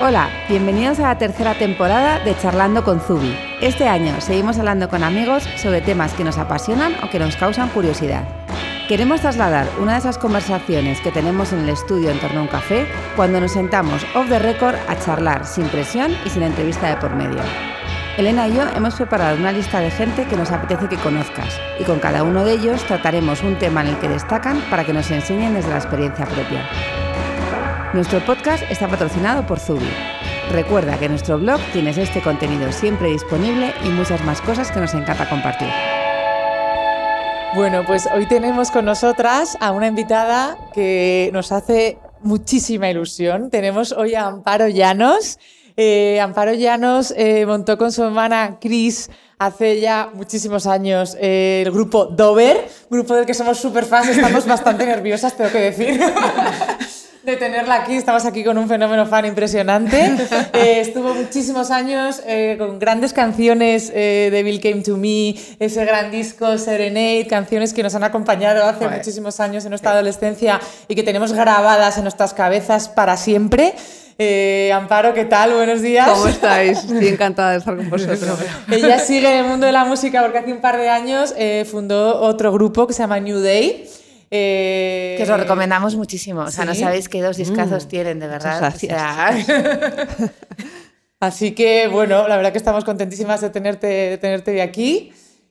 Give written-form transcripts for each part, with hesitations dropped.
Hola, bienvenidos a la tercera temporada de Charlando con Zubi. Este año seguimos hablando con amigos sobre temas que nos apasionan o que nos causan curiosidad. Queremos trasladar una de esas conversaciones que tenemos en el estudio en torno a un café cuando nos sentamos off the record a charlar sin presión y sin entrevista de por medio. Elena y yo hemos preparado una lista de gente que nos apetece que conozcas y con cada uno de ellos trataremos un tema en el que destacan para que nos enseñen desde la experiencia propia. Nuestro podcast está patrocinado por Zubi. Recuerda que en nuestro blog tienes este contenido siempre disponible y muchas más cosas que nos encanta compartir. Bueno, pues hoy tenemos con nosotras a una invitada que nos hace muchísima ilusión. Tenemos hoy a Amparo Llanos. Amparo Llanos montó con su hermana Cris hace ya muchísimos años el grupo Dover, grupo del que somos súper fans. Estamos bastante nerviosas, tengo que decir, de tenerla aquí. Estamos aquí con un fenómeno fan impresionante. Estuvo muchísimos años con grandes canciones de Bill Came to Me, ese gran disco Serenade, canciones que nos han acompañado hace muchísimos años en nuestra adolescencia y que tenemos grabadas en nuestras cabezas para siempre. Amparo, ¿qué tal? Buenos días. ¿Cómo estáis? Estoy encantada de estar con vosotros. Ella sigue en el mundo de la música porque hace un par de años fundó otro grupo que se llama New Day. Que os lo recomendamos muchísimo. O sea, ¿sí? No sabéis qué dos discazos tienen, de verdad. Muchas gracias. O sea... Así que, bueno, la verdad que estamos contentísimas de tenerte de aquí.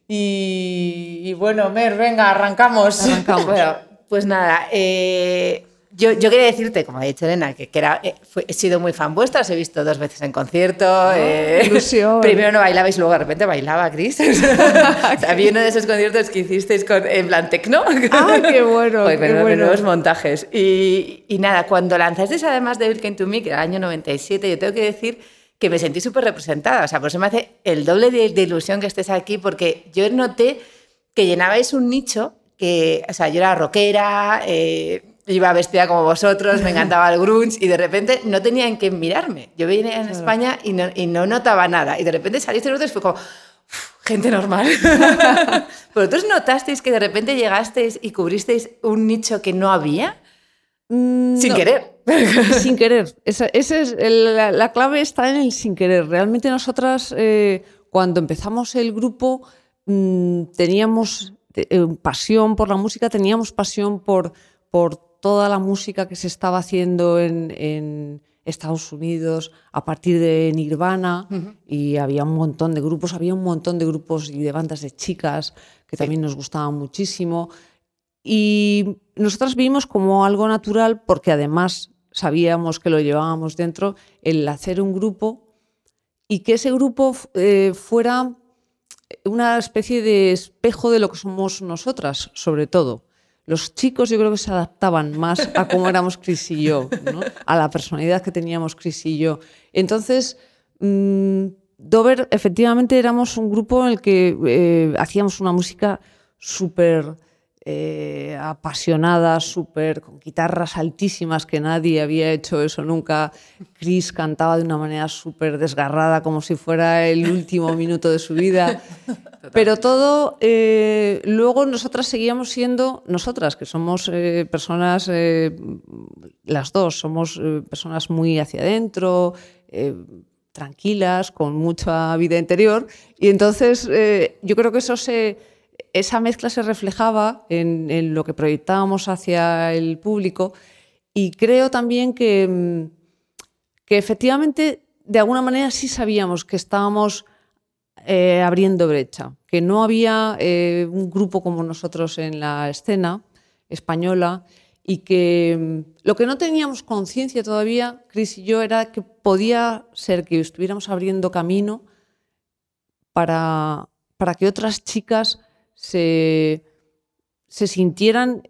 Y bueno, Mer, venga, arrancamos. Bueno, pues nada, yo quería decirte, como ha dicho Elena, que he sido muy fan vuestra, os he visto 2 veces en concierto. Ilusión. Primero no bailabais y luego de repente bailaba Cris. O sea, había uno de esos conciertos que hicisteis en plan tecno. ¡Ah, qué bueno! Pues, qué bueno. Nuevos montajes. Y nada, cuando lanzasteis además de Bill Came to Me, que era el año 97, yo tengo que decir que me sentí súper representada. O sea, por eso me hace el doble de ilusión que estés aquí, porque yo noté que llenabais un nicho que, o sea, yo era rockera, iba vestida como vosotros, me encantaba el grunge y de repente no tenía en qué mirarme. Yo venía en España y no notaba nada y de repente saliste vosotros y fue como gente normal. ¿Vosotros notasteis que de repente llegasteis y cubristeis un nicho que no había? Sin querer. Sin querer. Esa es la clave está en el sin querer. Realmente nosotras cuando empezamos el grupo teníamos pasión por la música, teníamos pasión por toda la música que se estaba haciendo en Estados Unidos a partir de Nirvana. Y había un montón de grupos y de bandas de chicas que también nos gustaban muchísimo. Y nosotros vimos como algo natural, porque además sabíamos que lo llevábamos dentro, el hacer un grupo y que ese grupo fuera una especie de espejo de lo que somos nosotras, sobre todo. Los chicos yo creo que se adaptaban más a cómo éramos Cris y yo, ¿no? A la personalidad que teníamos Cris y yo. Entonces, Dover, efectivamente, éramos un grupo en el que hacíamos una música súper apasionada, con guitarras altísimas, que nadie había hecho eso nunca. Cris cantaba de una manera súper desgarrada, como si fuera el último minuto de su vida. Pero todo, luego nosotras seguíamos siendo nosotras, que somos personas, las dos, somos personas muy hacia adentro, tranquilas, con mucha vida interior. Y entonces yo creo que esa mezcla se reflejaba en lo que proyectábamos hacia el público, y creo también que efectivamente de alguna manera sí sabíamos que estábamos abriendo brecha, que no había un grupo como nosotros en la escena española, y que lo que no teníamos conciencia todavía, Cris y yo, era que podía ser que estuviéramos abriendo camino para que otras chicas se sintieran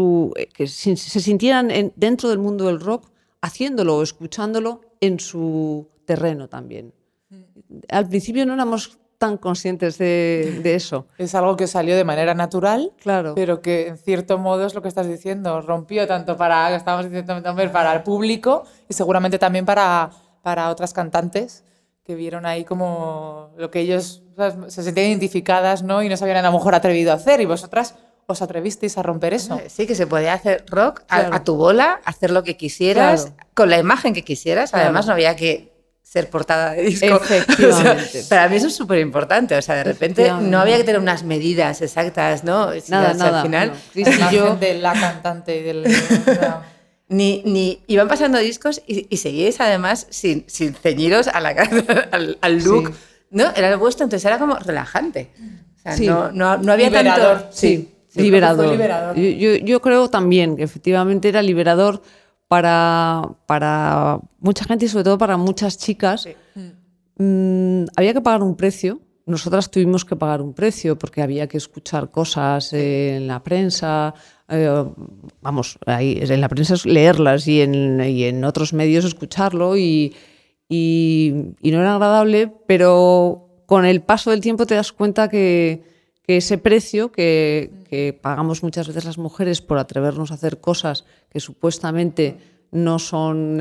dentro del mundo del rock, haciéndolo o escuchándolo en su terreno también. Al principio no éramos tan conscientes de eso. Es algo que salió de manera natural, claro, pero que en cierto modo es lo que estás diciendo, rompió tanto para el público y seguramente también para otras cantantes que vieron ahí como lo que ellos, ¿sabes?, se sentían identificadas, ¿no? Y no se habían a lo mejor atrevido a hacer, y vosotras os atrevisteis a romper eso. Sí, que se podía hacer rock Claro. a tu bola, hacer lo que quisieras, Claro. con la imagen que quisieras. Claro. Además, no había que ser portada de disco. Efectivamente. O sea, para mí eso es súper importante. O sea, de repente no había que tener unas medidas exactas, ¿no? Nada, Al final, bueno, Chris y La yo, imagen de la cantante y del... ni iban pasando discos y seguíais además sin ceñiros a al look, Sí. ¿no? Era el vuestro, entonces era como relajante. O sea, Sí. no había Liberador. tanto... sí, Sí, liberador. fue liberador. Yo creo también que efectivamente era liberador para mucha gente y sobre todo para muchas chicas. Sí. Había que pagar un precio. Nosotras tuvimos que pagar un precio porque había que escuchar cosas en la prensa. Vamos, ahí, en la prensa leerlas y en otros medios escucharlo y no era agradable, pero con el paso del tiempo te das cuenta que ese precio que pagamos muchas veces las mujeres por atrevernos a hacer cosas que supuestamente no están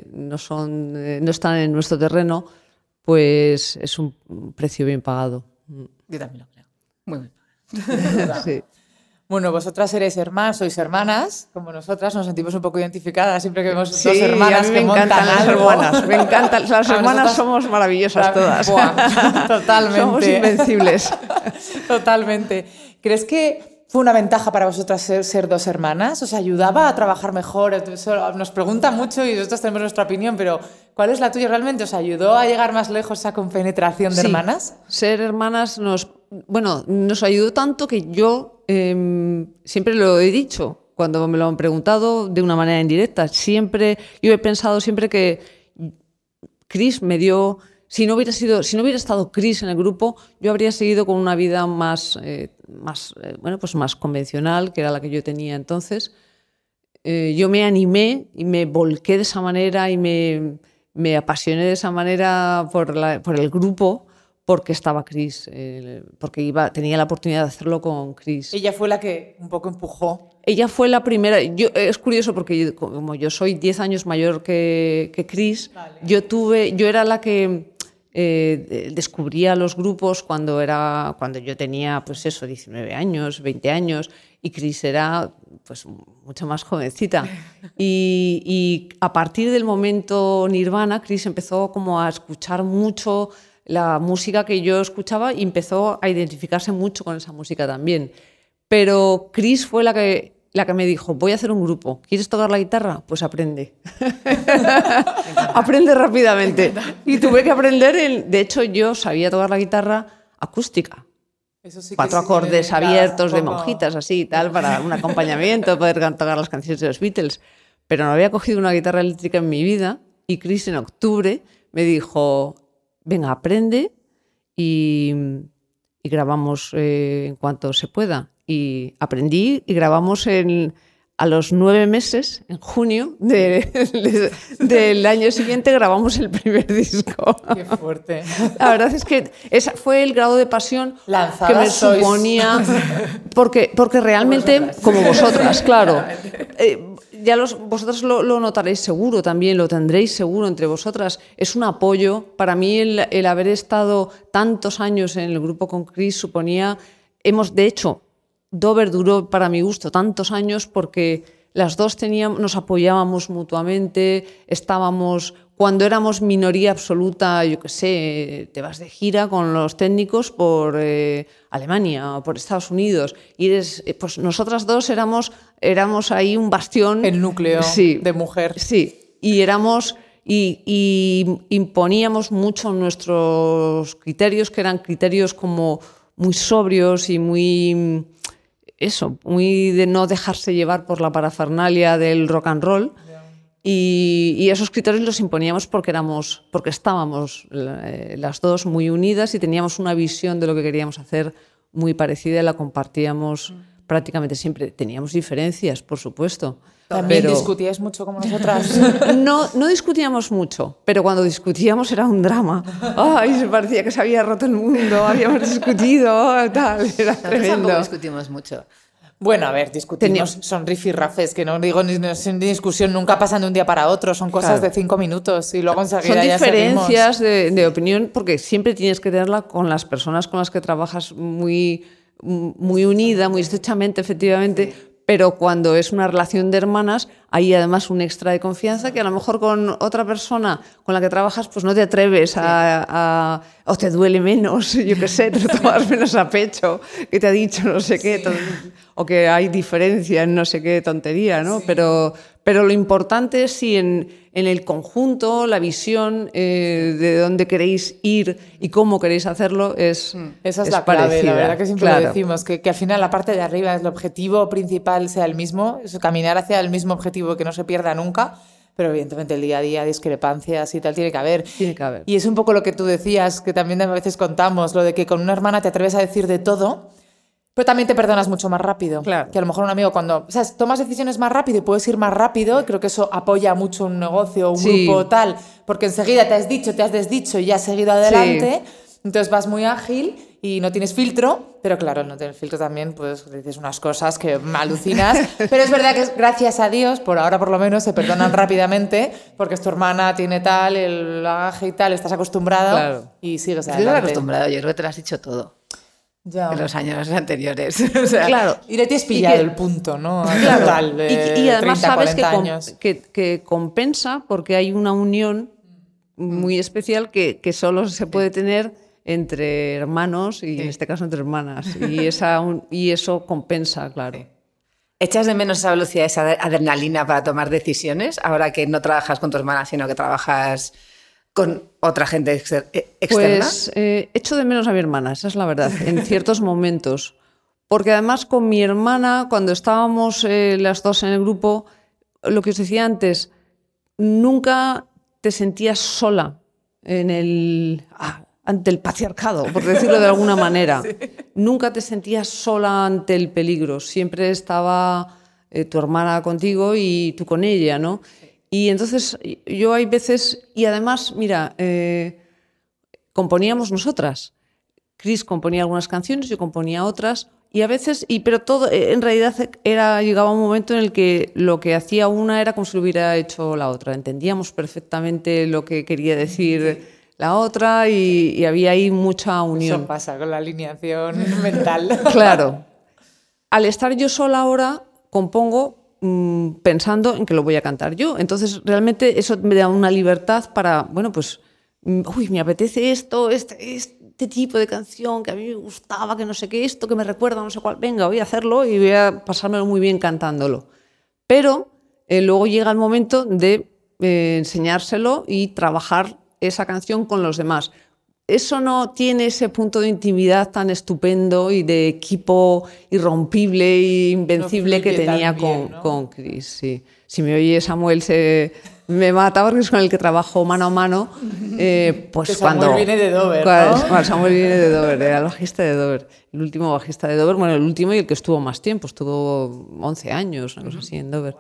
en nuestro terreno, pues es un precio bien pagado. Yo también lo creo. Muy bien. Sí. Bueno, vosotras sois hermanas, como nosotras, nos sentimos un poco identificadas siempre que vemos Sí, dos hermanas a mí me que montan encantan las algo. hermanas. Me encantan. Las A hermanas nosotras- somos maravillosas todas. Buah, totalmente. Somos invencibles. Totalmente. ¿Crees que fue una ventaja para vosotras ser dos hermanas? ¿Os ayudaba a trabajar mejor? Eso nos preguntan mucho y nosotros tenemos nuestra opinión, pero ¿cuál es la tuya realmente? ¿Os ayudó a llegar más lejos esa compenetración de Sí, hermanas? Ser hermanas nos ayudó tanto que yo siempre lo he dicho cuando me lo han preguntado de una manera indirecta. Yo he pensado siempre que Chris me dio. Si no hubiera estado Chris en el grupo, yo habría seguido con una vida más convencional, que era la que yo tenía entonces. Yo me animé y me volqué de esa manera y me apasioné de esa manera por el grupo porque estaba Chris, porque tenía la oportunidad de hacerlo con Chris. Ella fue la que un poco empujó. Ella fue la primera. Es curioso porque como yo soy 10 años mayor que Chris, Vale. yo era la que descubría los grupos cuando yo tenía, pues eso, 19 años, 20 años, y Chris era pues mucho más jovencita. Y a partir del momento Nirvana, Chris empezó como a escuchar mucho la música que yo escuchaba y empezó a identificarse mucho con esa música también. Pero Chris fue la que me dijo, voy a hacer un grupo, ¿quieres tocar la guitarra? Pues aprende. Aprende rápidamente. Y tuve que aprender, de hecho yo sabía tocar la guitarra acústica. Eso sí que 4 sí, acordes dedicada, abiertos un de poco- monjitas, así y tal, para un acompañamiento, poder tocar las canciones de los Beatles. Pero no había cogido una guitarra eléctrica en mi vida y Chris en octubre me dijo, venga, aprende y grabamos en cuanto se pueda. Y aprendí y grabamos a los 9 meses, en junio del año siguiente, grabamos el primer disco. Qué fuerte. La verdad es que ese fue el grado de pasión Lanzadas que me sois. suponía, porque realmente, como vosotras, claro, vosotras lo notaréis seguro también, lo tendréis seguro entre vosotras. Es un apoyo. Para mí el haber estado tantos años en el grupo con Chris suponía, de hecho, Dover duró para mi gusto tantos años porque las dos nos apoyábamos mutuamente, cuando éramos minoría absoluta, yo qué sé, te vas de gira con los técnicos por Alemania o por Estados Unidos y pues nosotras dos éramos ahí un bastión. El núcleo Sí, de mujer. Sí, y imponíamos mucho nuestros criterios, que eran criterios como muy sobrios y muy de no dejarse llevar por la parafernalia del rock and roll. Y esos criterios los imponíamos porque estábamos las dos muy unidas y teníamos una visión de lo que queríamos hacer muy parecida y la compartíamos prácticamente siempre. Teníamos diferencias, por supuesto. También pero discutíais mucho como nosotras. no discutíamos mucho, pero cuando discutíamos era un drama. Ay, se parecía que se había roto el mundo, habíamos discutido, tal, era Nosotros tremendo. tampoco discutimos mucho. Bueno, a ver, discutimos, son rifirrafes, que no digo ni discusión, nunca pasan de un día para otro, son cosas Claro. de 5 minutos y luego Son enseguida ya seguimos. diferencias de opinión porque siempre tienes que tenerla con las personas con las que trabajas muy muy unida, muy estrechamente, efectivamente, pero cuando es una relación de hermanas, hay además un extra de confianza que a lo mejor con otra persona con la que trabajas pues no te atreves o te duele menos, yo qué sé, te lo tomas menos a pecho, que te ha dicho no sé qué, o que hay diferencia en no sé qué tontería, ¿no? Sí. Pero lo importante es si en el conjunto, la visión de dónde queréis ir y cómo queréis hacerlo es esa es la clave, parecida. La verdad que siempre lo decimos, que al final la parte de arriba es el objetivo principal, sea el mismo, es caminar hacia el mismo objetivo, que no se pierda nunca, pero evidentemente el día a día, discrepancias y tal, tiene que haber. Tiene que haber. Y es un poco lo que tú decías, que también a veces contamos, lo de que con una hermana te atreves a decir de todo, pero también te perdonas mucho más rápido. Claro. Que a lo mejor un amigo cuando... O sea, tomas decisiones más rápido y puedes ir más rápido, y creo que eso apoya mucho un negocio, un grupo tal, porque enseguida te has dicho, te has desdicho y ya has seguido adelante, entonces vas muy ágil y no tienes filtro, pero claro, no tener filtro también, pues dices unas cosas que me alucinas, pero es verdad que gracias a Dios, por ahora por lo menos, se perdonan rápidamente, porque es tu hermana, tiene tal, el bagaje y tal, estás acostumbrado y sigues adelante. Estás acostumbrado, yo creo que te lo has dicho todo. Ya. En los años anteriores. O sea, claro. Y le tienes pillado el punto, ¿no? Claro. Total, Y además 30, sabes 40 años. que compensa porque hay una unión muy especial que solo se puede tener entre hermanos y en este caso entre hermanas. Y eso compensa, claro. ¿Echas de menos esa velocidad, esa adrenalina para tomar decisiones ahora que no trabajas con tu hermana, sino que trabajas con otra gente externa? Pues echo de menos a mi hermana, esa es la verdad, en ciertos momentos. Porque además con mi hermana, cuando estábamos las dos en el grupo, lo que os decía antes, nunca te sentías sola ante el patriarcado, por decirlo de alguna manera. Sí. Nunca te sentías sola ante el peligro. Siempre estaba tu hermana contigo y tú con ella, ¿no? Y entonces yo hay veces, y además, mira, componíamos nosotras. Chris componía algunas canciones, yo componía otras, y a veces, pero todo, en realidad llegaba un momento en el que lo que hacía una era como si lo hubiera hecho la otra. Entendíamos perfectamente lo que quería decir la otra y había ahí mucha unión. Eso pasa con la alineación mental. Claro. Al estar yo sola ahora, compongo pensando en que lo voy a cantar yo. Entonces, realmente eso me da una libertad para, bueno, pues, me apetece este tipo de canción que a mí me gustaba, que no sé qué, esto que me recuerda, no sé cuál, venga, voy a hacerlo y voy a pasármelo muy bien cantándolo. Pero luego llega el momento de enseñárselo y trabajar esa canción con los demás. Eso no tiene ese punto de intimidad tan estupendo y de equipo irrompible e invencible que tenía con Chris. Sí. Si me oye Samuel, me mata porque es con el que trabajo mano a mano. Pues que Samuel viene de Dover, ¿no? Bueno, Samuel viene de Dover, era el bajista de Dover. El último bajista de Dover, bueno, el último y el que estuvo más tiempo, estuvo 11 años, una cosa así en Dover.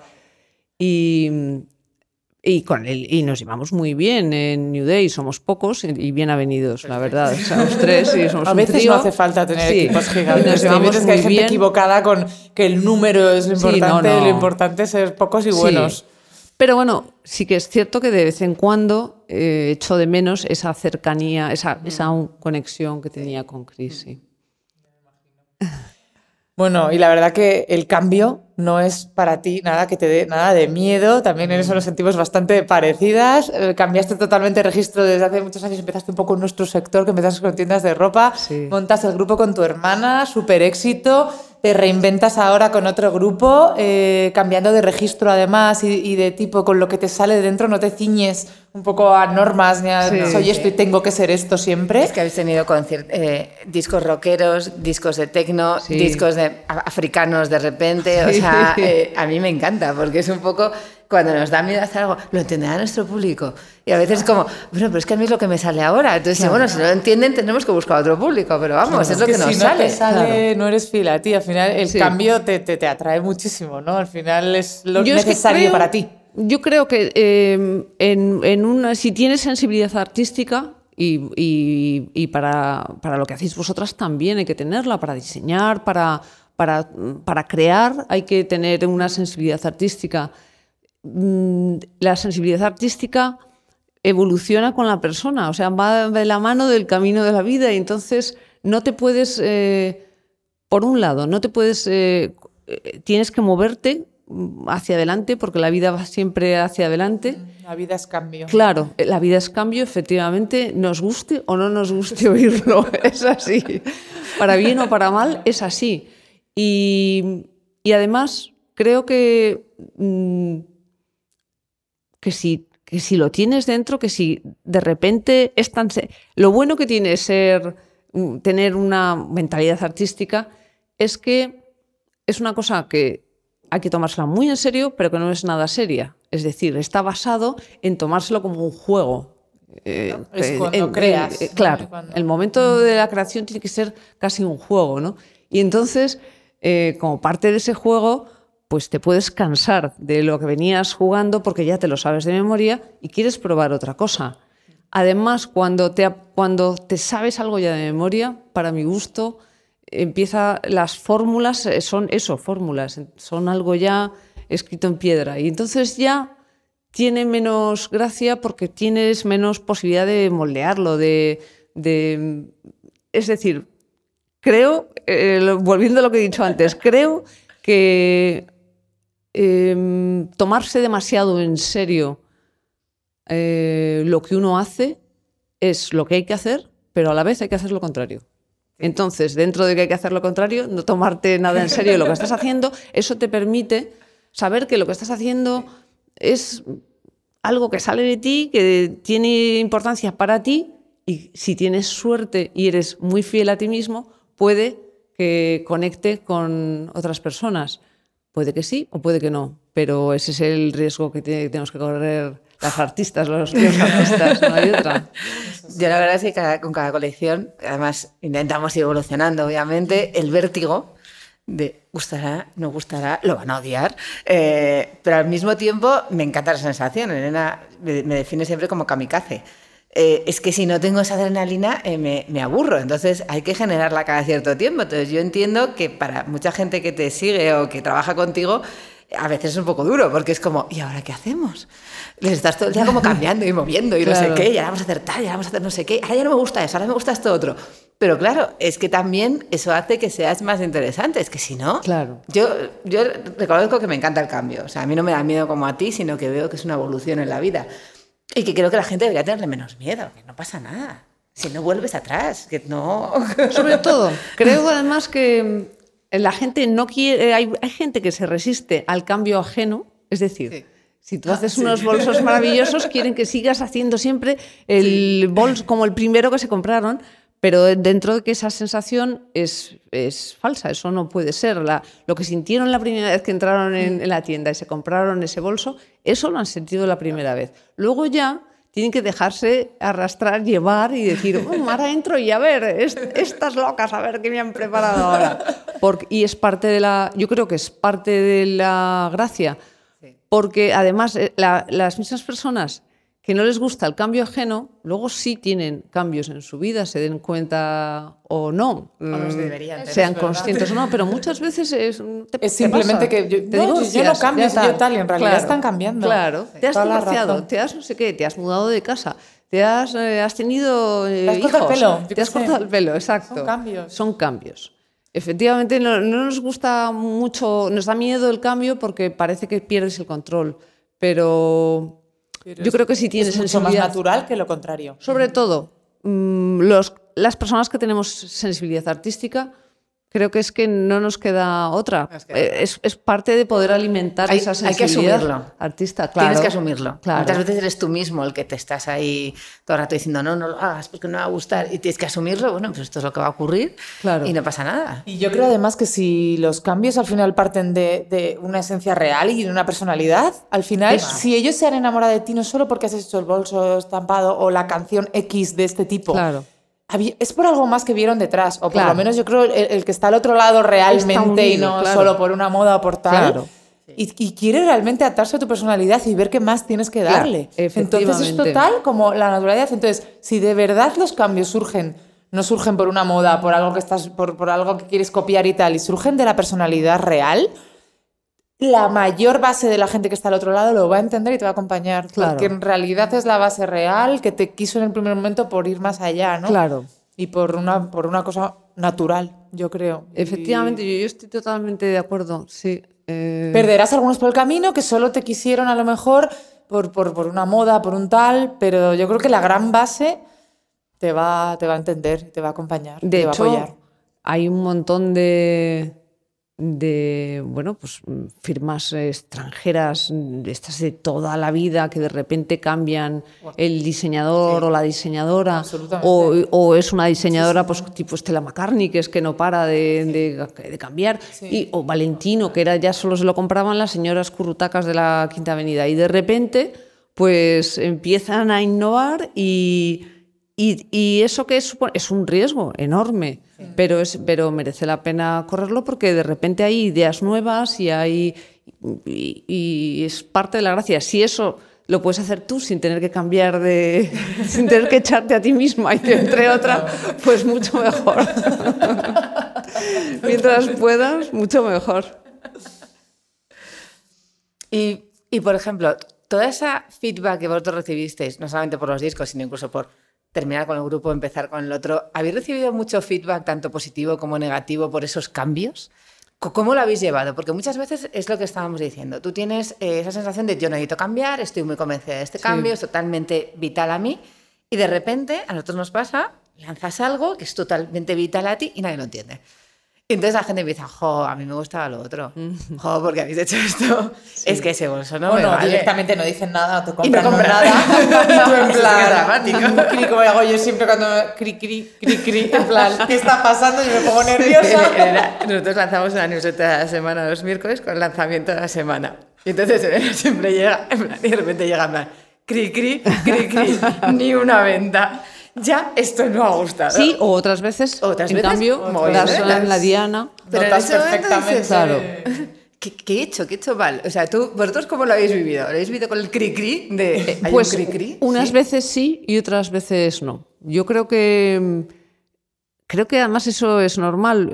Y con él, y nos llevamos muy bien en New Day, somos pocos y bien avenidos, la verdad. Somos tres y somos a veces un trío. No hace falta tener equipos gigantes. Nos llevamos hay veces que hay gente bien. Equivocada con que el número es lo importante, lo importante es ser pocos y buenos. Pero bueno, sí que es cierto que de vez en cuando echo de menos esa cercanía, esa conexión que tenía con Chris. Sí. Bueno, y la verdad que el cambio no es para ti nada que te dé nada de miedo, también en eso nos sentimos bastante parecidas. Cambiaste totalmente de registro desde hace muchos años, empezaste un poco en nuestro sector, que empezaste con tiendas de ropa, montas el grupo con tu hermana, súper éxito, te reinventas ahora con otro grupo, cambiando de registro además y de tipo, con lo que te sale de dentro, no te ciñes un poco a normas, ni a soy esto y tengo que ser esto siempre. Es que habéis tenido discos rockeros, discos de techno, discos de africanos de repente, o sea, a mí me encanta porque es un poco cuando nos da miedo hacer algo, lo entenderá nuestro público. Y a veces es como, bueno, pero es que a mí es lo que me sale ahora. Entonces, bueno, si no lo entienden, tenemos que buscar otro público, pero vamos, es lo que nos si sale. No te sale, no eres fila, tío. Al final el cambio te atrae muchísimo, ¿no? Al final es lo necesario para ti. Yo creo que si tienes sensibilidad artística, y para lo que hacéis vosotras también hay que tenerla, para diseñar, para crear, hay que tener una sensibilidad artística. La sensibilidad artística evoluciona con la persona, o sea, va de la mano del camino de la vida y entonces no te puedes por un lado, no te puedes, tienes que moverte hacia adelante porque la vida va siempre hacia adelante. La vida es cambio. Claro, la vida es cambio, efectivamente, nos guste o no nos guste oírlo, es así. Para bien o para mal, es así. Y además, creo que si lo tienes dentro, que si de repente es tan... Lo bueno que tiene tener una mentalidad artística es que es una cosa que hay que tomársela muy en serio, pero que no es nada seria. Es decir, está basado en tomárselo como un juego. Es cuando creas. Claro, el momento de la creación tiene que ser casi un juego, ¿no? Y entonces, como parte de ese juego, pues te puedes cansar de lo que venías jugando porque ya te lo sabes de memoria y quieres probar otra cosa. Además, cuando te sabes algo ya de memoria, para mi gusto, las fórmulas son eso, fórmulas, son algo ya escrito en piedra. Y entonces ya tiene menos gracia porque tienes menos posibilidad de moldearlo, es decir, creo, volviendo a lo que he dicho antes, creo que tomarse demasiado en serio lo que uno hace es lo que hay que hacer, pero a la vez hay que hacer lo contrario. Entonces, dentro de que hay que hacer lo contrario, no tomarte nada en serio lo que estás haciendo, eso te permite saber que lo que estás haciendo es algo que sale de ti, que tiene importancia para ti, y si tienes suerte y eres muy fiel a ti mismo, puede que conecte con otras personas. Puede que sí o puede que no, pero ese es el riesgo que tenemos que correr las artistas, los artistas, no hay otra. Yo la verdad es que con cada colección, además intentamos ir evolucionando, obviamente, el vértigo de gustará, no gustará, lo van a odiar, pero al mismo tiempo me encanta la sensación. Elena me define siempre como kamikaze. Es que si no tengo esa adrenalina me aburro, entonces hay que generarla cada cierto tiempo. Entonces yo entiendo que para mucha gente que te sigue o que trabaja contigo, a veces es un poco duro, porque es como, ¿y ahora qué hacemos? Les estás todo el día como cambiando y moviendo y claro. No sé qué, y ahora vamos a hacer tal, y ahora vamos a hacer no sé qué, ahora ya no me gusta eso, ahora me gusta esto otro. Pero claro, es que también eso hace que seas más interesante, es que si no, claro. Yo reconozco que me encanta el cambio, o sea, a mí no me da miedo como a ti, sino que veo que es una evolución en la vida. Y que creo que la gente debería tenerle menos miedo, que no pasa nada. Si no vuelves atrás, que no... Sobre todo, creo además que la gente no quiere... Hay gente que se resiste al cambio ajeno, es decir... Sí. Si tú haces unos bolsos maravillosos, quieren que sigas haciendo siempre el bolso como el primero que se compraron, pero dentro de que esa sensación es falsa, eso no puede ser. Lo que sintieron la primera vez que entraron en la tienda y se compraron ese bolso, eso lo han sentido la primera vez. Luego ya tienen que dejarse arrastrar, llevar y decir, ahora entro y a ver, estas locas, a ver qué me han preparado ahora. Y es parte yo creo que es parte de la gracia. Porque además las mismas personas que no les gusta el cambio ajeno, luego sí tienen cambios en su vida, se den cuenta o no, sean conscientes o no, pero muchas veces es simplemente que yo no cambio, yo tal, y en realidad están cambiando. Claro, te has divorciado, te has no sé qué, te has mudado de casa, has tenido hijos, te has cortado el pelo, exacto. Son cambios. Efectivamente, no nos gusta mucho, nos da miedo el cambio porque parece que pierdes el control, pero yo creo que si tienes sensibilidad... Es mucho más natural que lo contrario. Sobre todo, las personas que tenemos sensibilidad artística, creo que es que no nos queda otra. Es parte de poder alimentar esa sensibilidad. Hay que asumirlo. Artista, claro. Tienes que asumirlo. Claro. Muchas veces eres tú mismo el que te estás ahí todo el rato diciendo no lo hagas porque no va a gustar y tienes que asumirlo. Bueno, pues esto es lo que va a ocurrir y no pasa nada. Y yo creo además que si los cambios al final parten de una esencia real y de una personalidad, al final, si ellos se han enamorado de ti no solo porque has hecho el bolso estampado o la canción X de este tipo, claro. Es por algo más que vieron detrás, o por lo menos yo creo el que está al otro lado realmente unido, y no solo por una moda o por tal. Claro. Y quiere realmente atarse a tu personalidad y ver qué más tienes que darle. Entonces es total como la naturalidad. Entonces, si de verdad los cambios no surgen por una moda, por algo que por algo que quieres copiar y tal, y surgen de la personalidad real, la mayor base de la gente que está al otro lado lo va a entender y te va a acompañar. Claro. Porque en realidad es la base real que te quiso en el primer momento por ir más allá, ¿no? Claro. Y por una cosa natural. yo creo. Efectivamente, yo estoy totalmente de acuerdo, sí. Perderás algunos por el camino que solo te quisieron a lo mejor por una moda, por un tal, pero yo creo que la gran base te va a entender, te va a acompañar, De te va a hecho, apoyar. hay un montón de bueno, pues firmas extranjeras, estas de toda la vida, que de repente cambian el diseñador o la diseñadora, Absolutamente. o es una diseñadora pues tipo Stella McCartney, que es que no para de cambiar, o Valentino, que era ya solo se lo compraban las señoras currutacas de la Quinta Avenida, y de repente pues empiezan a innovar y eso que es un riesgo enorme, pero merece la pena correrlo porque de repente hay ideas nuevas y es parte de la gracia. Si eso lo puedes hacer tú sin tener que cambiar sin tener que echarte a ti misma y entre otra, pues mucho mejor. Mientras puedas, mucho mejor. Y por ejemplo, toda esa feedback que vosotros recibisteis, no solamente por los discos, sino incluso por terminar con el grupo, empezar con el otro, ¿habéis recibido mucho feedback, tanto positivo como negativo, por esos cambios? ¿Cómo lo habéis llevado? Porque muchas veces es lo que estábamos diciendo. Tú tienes esa sensación de yo necesito cambiar, estoy muy convencida de este cambio, es totalmente vital a mí, y de repente a nosotros nos pasa, lanzas algo que es totalmente vital a ti y nadie lo entiende. Y entonces la gente empieza, a mí me gustaba lo otro. Porque habéis hecho esto. Sí. Es que ese bolso no me vale. Directamente no dicen nada, te compran nada. Y tú en plan, como hago yo siempre cuando cri, en plan, ¿qué está pasando? Yo me pongo nerviosa. Nosotros lanzamos una newsletter a la semana los miércoles con el lanzamiento de la semana. Y entonces siempre llega, y de repente llega en plan, cri, ni una venta. Ya esto no ha gustado. Sí, o otras veces en cambio, das en la diana. Pero notas perfectamente. Dices, claro. ¿Qué he hecho mal? O sea, ¿vosotros cómo lo habéis vivido? ¿Lo habéis vivido con el cri-cri? Pues unas veces sí y otras veces no. Yo creo que además eso es normal.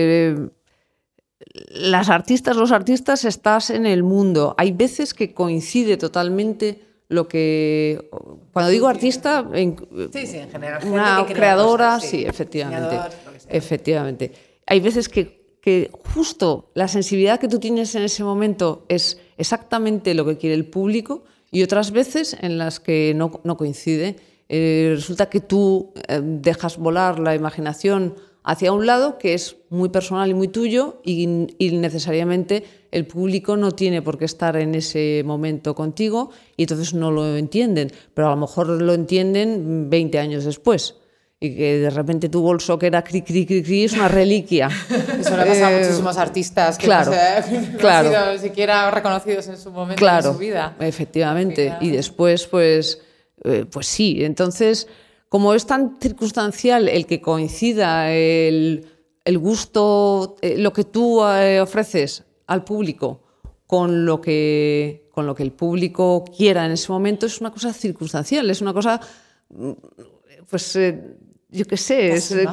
Los artistas estás en el mundo. Hay veces que coincide totalmente lo que... Cuando digo artista, en general. Una creadora, sí, efectivamente. Hay veces que justo la sensibilidad que tú tienes en ese momento es exactamente lo que quiere el público, y otras veces en las que no coincide. Resulta que tú dejas volar la imaginación hacia un lado que es muy personal y muy tuyo, y necesariamente el público no tiene por qué estar en ese momento contigo y entonces no lo entienden, pero a lo mejor lo entienden 20 años después. Y que de repente tu bolso que era cri es una reliquia. Eso le ha pasado a muchísimos artistas que no se han sido siquiera reconocidos en su momento de su vida. Efectivamente. Y después, pues sí. Entonces, como es tan circunstancial el que coincida el gusto, lo que tú ofreces al público con lo que el público quiera en ese momento, es una cosa circunstancial, es una cosa, pues yo qué sé,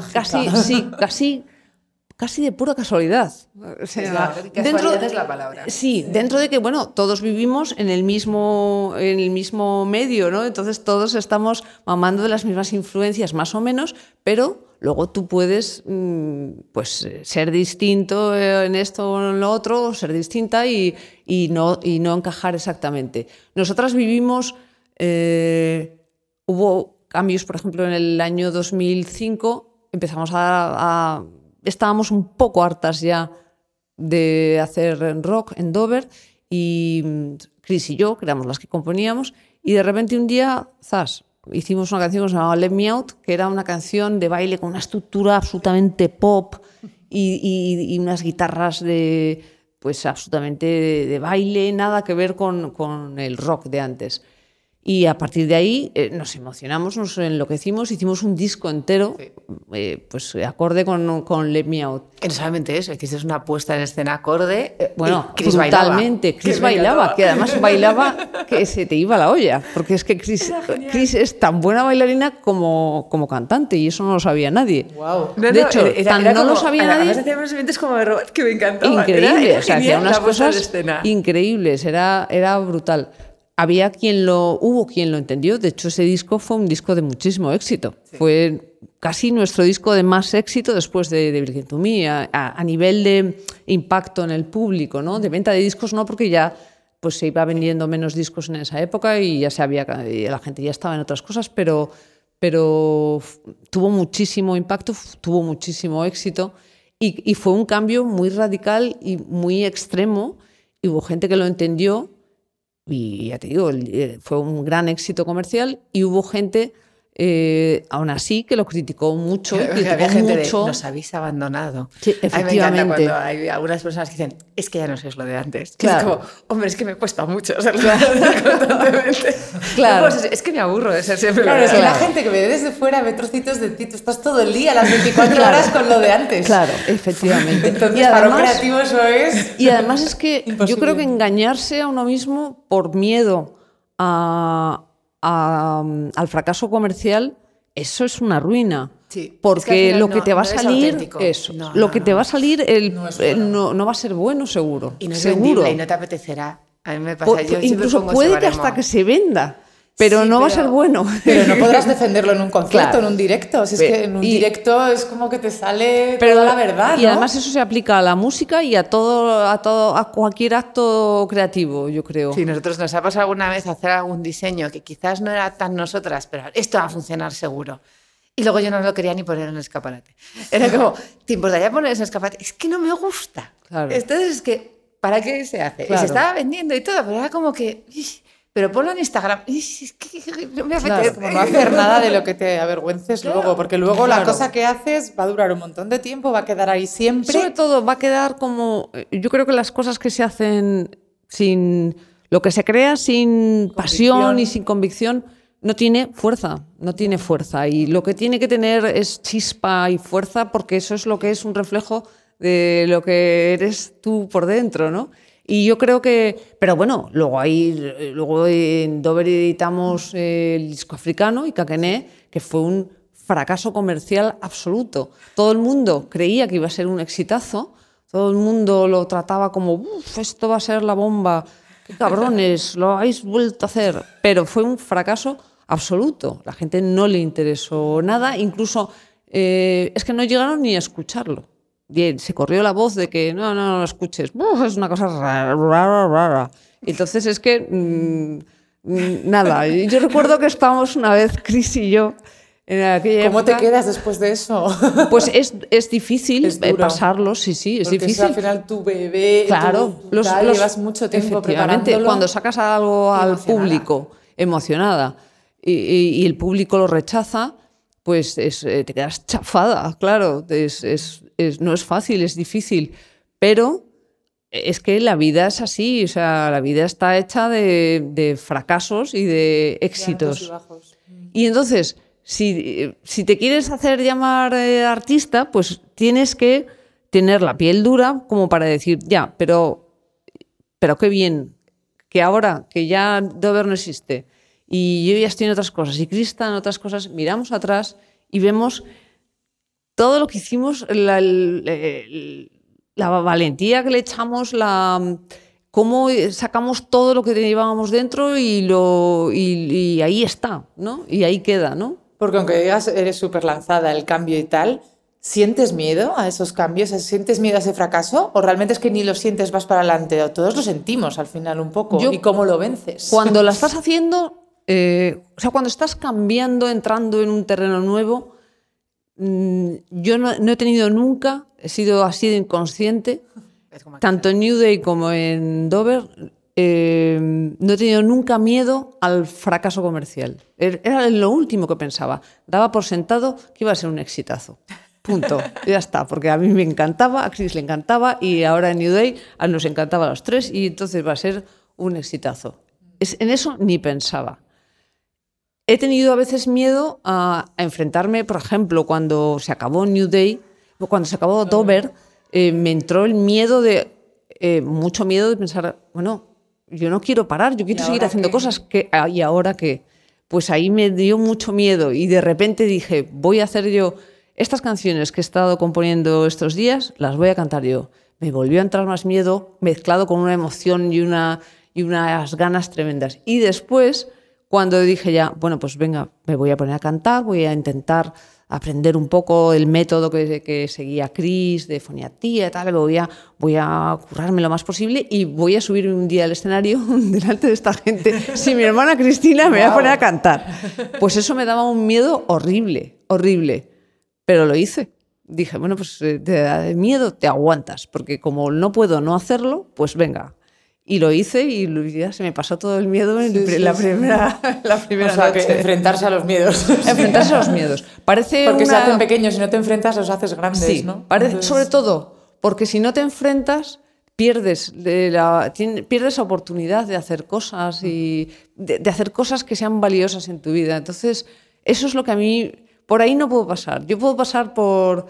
casi de pura casualidad. O sea, casualidad es la palabra. Sí, dentro de que, bueno, todos vivimos en el mismo medio, ¿no? Entonces todos estamos mamando de las mismas influencias, más o menos, pero luego tú puedes pues ser distinto en esto o en lo otro, o ser distinta y no encajar exactamente. Nosotras vivimos, hubo cambios, por ejemplo, en el año 2005 empezamos estábamos un poco hartas ya de hacer rock en Dover, y Chris y yo, que éramos las que componíamos, y de repente un día, hicimos una canción que se llamaba Let Me Out, que era una canción de baile con una estructura absolutamente pop y unas guitarras pues absolutamente de baile, nada que ver con el rock de antes. Y a partir de ahí nos emocionamos, nos enloquecimos, hicimos un disco entero, pues acorde con Let Me Out. Que no solamente eso, hiciste una puesta en escena acorde. Bueno, brutalmente. Chris bailaba, que además bailaba que se te iba la olla, porque es que Chris es tan buena bailarina como cantante, y eso no lo sabía nadie. Wow. De hecho, no lo sabía nadie. Además hacía unos movimientos como de robot que me encantaban. Increíble, o sea, hacía unas cosas increíbles, era brutal. Hubo quien lo entendió. De hecho, ese disco fue un disco de muchísimo éxito. Sí. Fue casi nuestro disco de más éxito después de Virgin to Me, a nivel de impacto en el público, ¿no? De venta de discos no, porque ya pues se iba vendiendo menos discos en esa época y ya la gente ya estaba en otras cosas, pero tuvo muchísimo impacto, tuvo muchísimo éxito y fue un cambio muy radical y muy extremo, y hubo gente que lo entendió y ya te digo, fue un gran éxito comercial, y hubo gente aún así que lo criticó mucho. Había gente mucho. Nos habéis abandonado. Sí, efectivamente. A mí me encanta cuando hay algunas personas que dicen, es que ya no sois lo de antes. Claro. Es como, hombre, es que me cuesta mucho serlo constantemente. Claro. No, pues es que me aburro de ser siempre Claro, lo de es que antes. la gente que ve desde fuera ve trocitos de ti, tú estás todo el día, las 24 horas con lo de antes. Claro, efectivamente. Entonces, y para además, un creativo eso es... Y además es que imposible. Yo creo que engañarse a uno mismo por miedo al fracaso comercial, eso es una ruina. Sí, porque es que lo que te va a salir, lo que te va a salir no va a ser bueno, seguro. Y no es seguro. vendible y no te apetecerá. A mí me pasa, yo incluso puede que hasta que se venda, pero sí, no va a ser bueno. Pero no podrás defenderlo en un concierto, Claro. en un directo. Si es que en un directo es como que te sale toda la verdad, Y ¿no? además eso se aplica a la música y a cualquier acto creativo, yo creo. Sí, nosotros nos ha pasado alguna vez hacer algún diseño que quizás no era tan nosotras, pero esto va a funcionar seguro. Y luego yo no lo quería ni poner en el escaparate. Era como, ¿te importaría poner ese escaparate? Es que no me gusta. Claro. Entonces es que, ¿para qué se hace? Claro. Y se estaba vendiendo y todo, pero era como que, pero ponlo en Instagram. Es que no me apetece. Como no hacer nada de lo que te avergüences luego, porque luego la Claro. cosa que haces va a durar un montón de tiempo, va a quedar ahí siempre. Sobre todo va a quedar como... Yo creo que las cosas que se hacen sin... Lo que se crea sin pasión y sin convicción no tiene fuerza, no tiene fuerza. Y lo que tiene que tener es chispa y fuerza, porque eso es lo que es un reflejo de lo que eres tú por dentro, ¿no? Y yo creo que... Pero bueno, luego en Dover editamos el disco africano y Kakene, que fue un fracaso comercial absoluto. Todo el mundo creía que iba a ser un exitazo, todo el mundo lo trataba como, uff, esto va a ser la bomba, qué cabrones, lo habéis vuelto a hacer. Pero fue un fracaso absoluto. La gente no le interesó nada, incluso es que no llegaron ni a escucharlo. Y se corrió la voz de que no lo escuches, es una cosa rara. Entonces es que nada. Yo recuerdo que estábamos una vez, Chris y yo, en aquella ¿Cómo época. te quedas después de eso? Pues es difícil pasarlo, sí, es porque difícil. Es al final tu bebé, claro, llevas mucho tiempo preparándolo. Cuando sacas algo al público emocionada y el público lo rechaza, pues te quedas chafada, claro. No es fácil, es difícil, pero es que la vida es así, o sea, la vida está hecha de fracasos y de éxitos. Y bajos. Y entonces, si te quieres hacer llamar artista, pues tienes que tener la piel dura como para decir, ya, pero qué bien, que ahora que ya Dover no existe y yo ya estoy en otras cosas y Chris está en otras cosas, miramos atrás y vemos todo lo que hicimos, la valentía que le echamos, cómo sacamos todo lo que llevábamos dentro y ahí está, ¿no? Y ahí queda, ¿no? Porque aunque digas eres súper lanzada al cambio y tal, ¿sientes miedo a esos cambios? ¿Sientes miedo a ese fracaso? ¿O realmente es que ni lo sientes, vas para adelante? Todos lo sentimos al final un poco. ¿Y cómo lo vences? Cuando la estás haciendo, cuando estás cambiando, entrando en un terreno nuevo, yo no he tenido nunca, he sido así de inconsciente, tanto en New Day como en Dover, no he tenido nunca miedo al fracaso comercial. Era lo último que pensaba. Daba por sentado que iba a ser un exitazo. Punto. Ya está, porque a mí me encantaba, a Chris le encantaba y ahora en New Day nos encantaba a los tres y entonces va a ser un exitazo. En eso ni pensaba. He tenido a veces miedo a enfrentarme, por ejemplo, cuando se acabó New Day, o cuando se acabó Dover, me entró el miedo mucho miedo de pensar, bueno, yo no quiero parar, yo quiero seguir haciendo cosas. ¿Y ahora qué? Pues ahí me dio mucho miedo y de repente dije, voy a hacer yo estas canciones que he estado componiendo estos días, las voy a cantar yo. Me volvió a entrar más miedo, mezclado con una emoción y unas ganas tremendas. Y después, cuando dije ya, bueno, pues venga, me voy a poner a cantar, voy a intentar aprender un poco el método que seguía Chris de foniatría y tal. Voy a currarme lo más posible y voy a subir un día al escenario delante de esta gente. Si mi hermana Cristina me va a poner a cantar. Pues eso me daba un miedo horrible, horrible. Pero lo hice. Dije, bueno, pues te da miedo, te aguantas, porque como no puedo no hacerlo, pues venga. Y lo hice y ya se me pasó todo el miedo en la primera o sea, noche. Que enfrentarse a los miedos. Enfrentarse a los miedos. Parece porque se hacen pequeños, si no te enfrentas los haces grandes, sí, ¿no? Sobre todo, porque si no te enfrentas, pierdes la oportunidad de hacer cosas y de hacer cosas que sean valiosas en tu vida. Entonces, eso es lo que a mí... Por ahí no puedo pasar. Yo puedo pasar por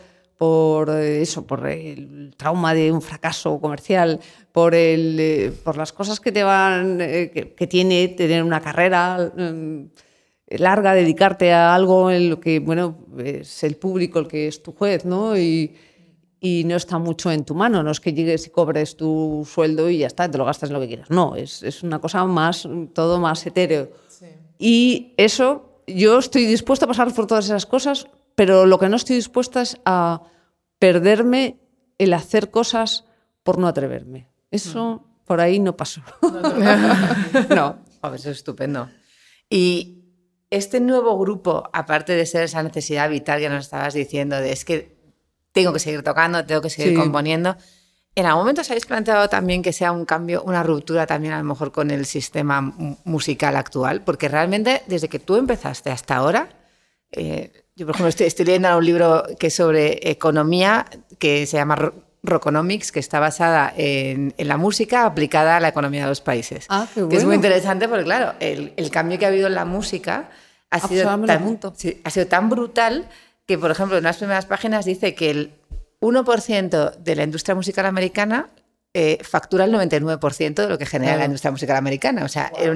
el trauma de un fracaso comercial, por las cosas que te van que tiene tener una carrera larga, dedicarte a algo en lo que, bueno, es el público el que es tu juez, ¿no? Y no está mucho en tu mano. No es que llegues y cobres tu sueldo y ya está, te lo gastas en lo que quieras. No, es una cosa todo más etéreo. Sí. Y eso... Yo estoy dispuesta a pasar por todas esas cosas, pero lo que no estoy dispuesta es a perderme el hacer cosas por no atreverme. Eso por ahí no pasó. No. Oh, eso es estupendo. Y este nuevo grupo, aparte de ser esa necesidad vital que nos estabas diciendo, de es que tengo que seguir tocando, tengo que seguir componiendo, ¿en algún momento os habéis planteado también que sea un cambio, una ruptura también a lo mejor con el sistema musical actual? Porque realmente desde que tú empezaste hasta ahora, yo por ejemplo estoy leyendo un libro que es sobre economía que se llama Rockonomics, que está basada en la música aplicada a la economía de los países. Ah, qué bueno. Que es muy interesante porque claro, el cambio que ha habido en la música ha sido tan brutal que, por ejemplo, en las primeras páginas dice que el 1% de la industria musical americana factura el 99% de lo que genera la industria musical americana. O sea, el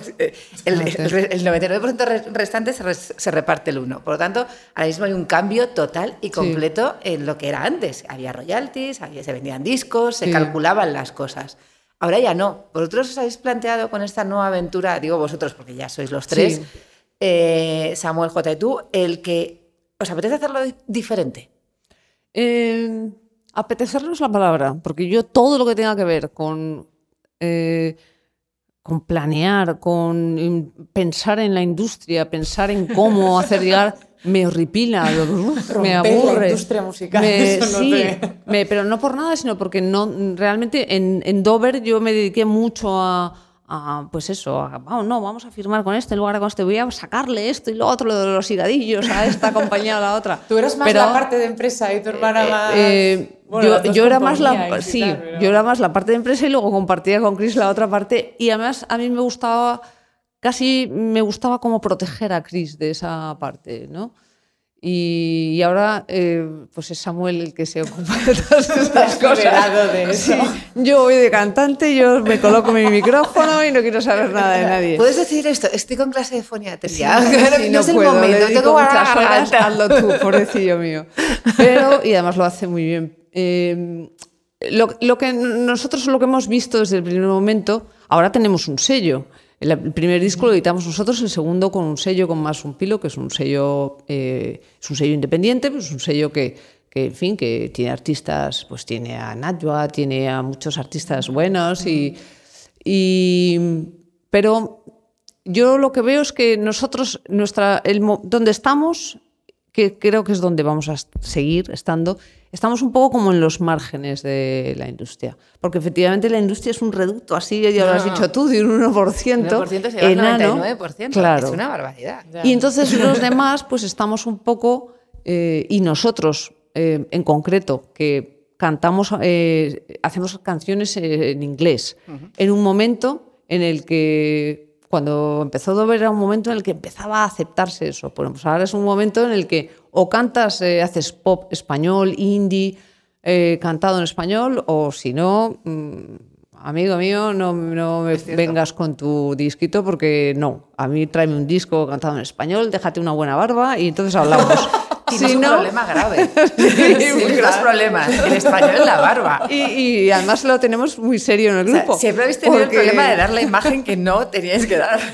99% restante se reparte el 1%. Por lo tanto, ahora mismo hay un cambio total y completo en lo que era antes. Había royalties, se vendían discos, se calculaban las cosas. Ahora ya no. ¿Vosotros os habéis planteado con esta nueva aventura, digo vosotros porque ya sois los tres, Samuel, J y tú, el que os apetece hacerlo diferente? Apetecerlo es la palabra, porque yo todo lo que tenga que ver con planear, con pensar en la industria, pensar en cómo hacer llegar, me horripila, me aburre. La industria musical. Pero no por nada, sino porque realmente en Dover yo me dediqué mucho pues eso, vamos a firmar con este, luego ahora con este, voy a sacarle esto y lo otro, lo de los higadillos a esta compañía o a la otra. Tú eras más la parte de empresa y tu hermana más... yo era más yo era más la parte de empresa y luego compartía con Chris la otra parte, y además a mí me gustaba como proteger a Chris de esa parte, ¿no? Y ahora pues es Samuel el que se ocupa de todas esas cosas. De eso. Sí, yo voy de cantante, yo me coloco mi micrófono y no quiero saber nada de nadie. ¿Puedes decir esto? Estoy con clase de foniatría. Sí, no es el momento, tengo muchas horas, hazlo tú, pobrecillo mío. Y además lo hace muy bien. Lo que hemos visto desde el primer momento, ahora tenemos un sello. El primer disco lo editamos nosotros, el segundo con un sello, con Más un Pilo, que es un sello independiente, pues es un sello que en fin, que tiene artistas, pues tiene a Najwa, tiene a muchos artistas buenos, pero yo lo que veo es que nosotros, donde estamos, que creo que es donde vamos a seguir estando, estamos un poco como en los márgenes de la industria. Porque efectivamente la industria es un reducto, así ya lo has dicho tú, de un 1%. 1% se lleva al 99%. Claro. Es una barbaridad. Y entonces los demás pues estamos un poco, y nosotros en concreto, que cantamos, hacemos canciones en inglés, en un momento en el que... Cuando empezó Dover era un momento en el que empezaba a aceptarse eso. Pues ahora es un momento en el que o cantas, haces pop español, indie, cantado en español, o si no, amigo mío, no me vengas con tu disquito porque no. A mí tráeme un disco cantado en español, déjate una buena barba y entonces hablamos. Tienes Si un no- problema grave. muy Tienes dos grave. problemas. El español y la barba. Y además lo tenemos muy serio en el O sea, grupo. siempre habéis tenido porque- el problema de dar la imagen que no teníais que dar.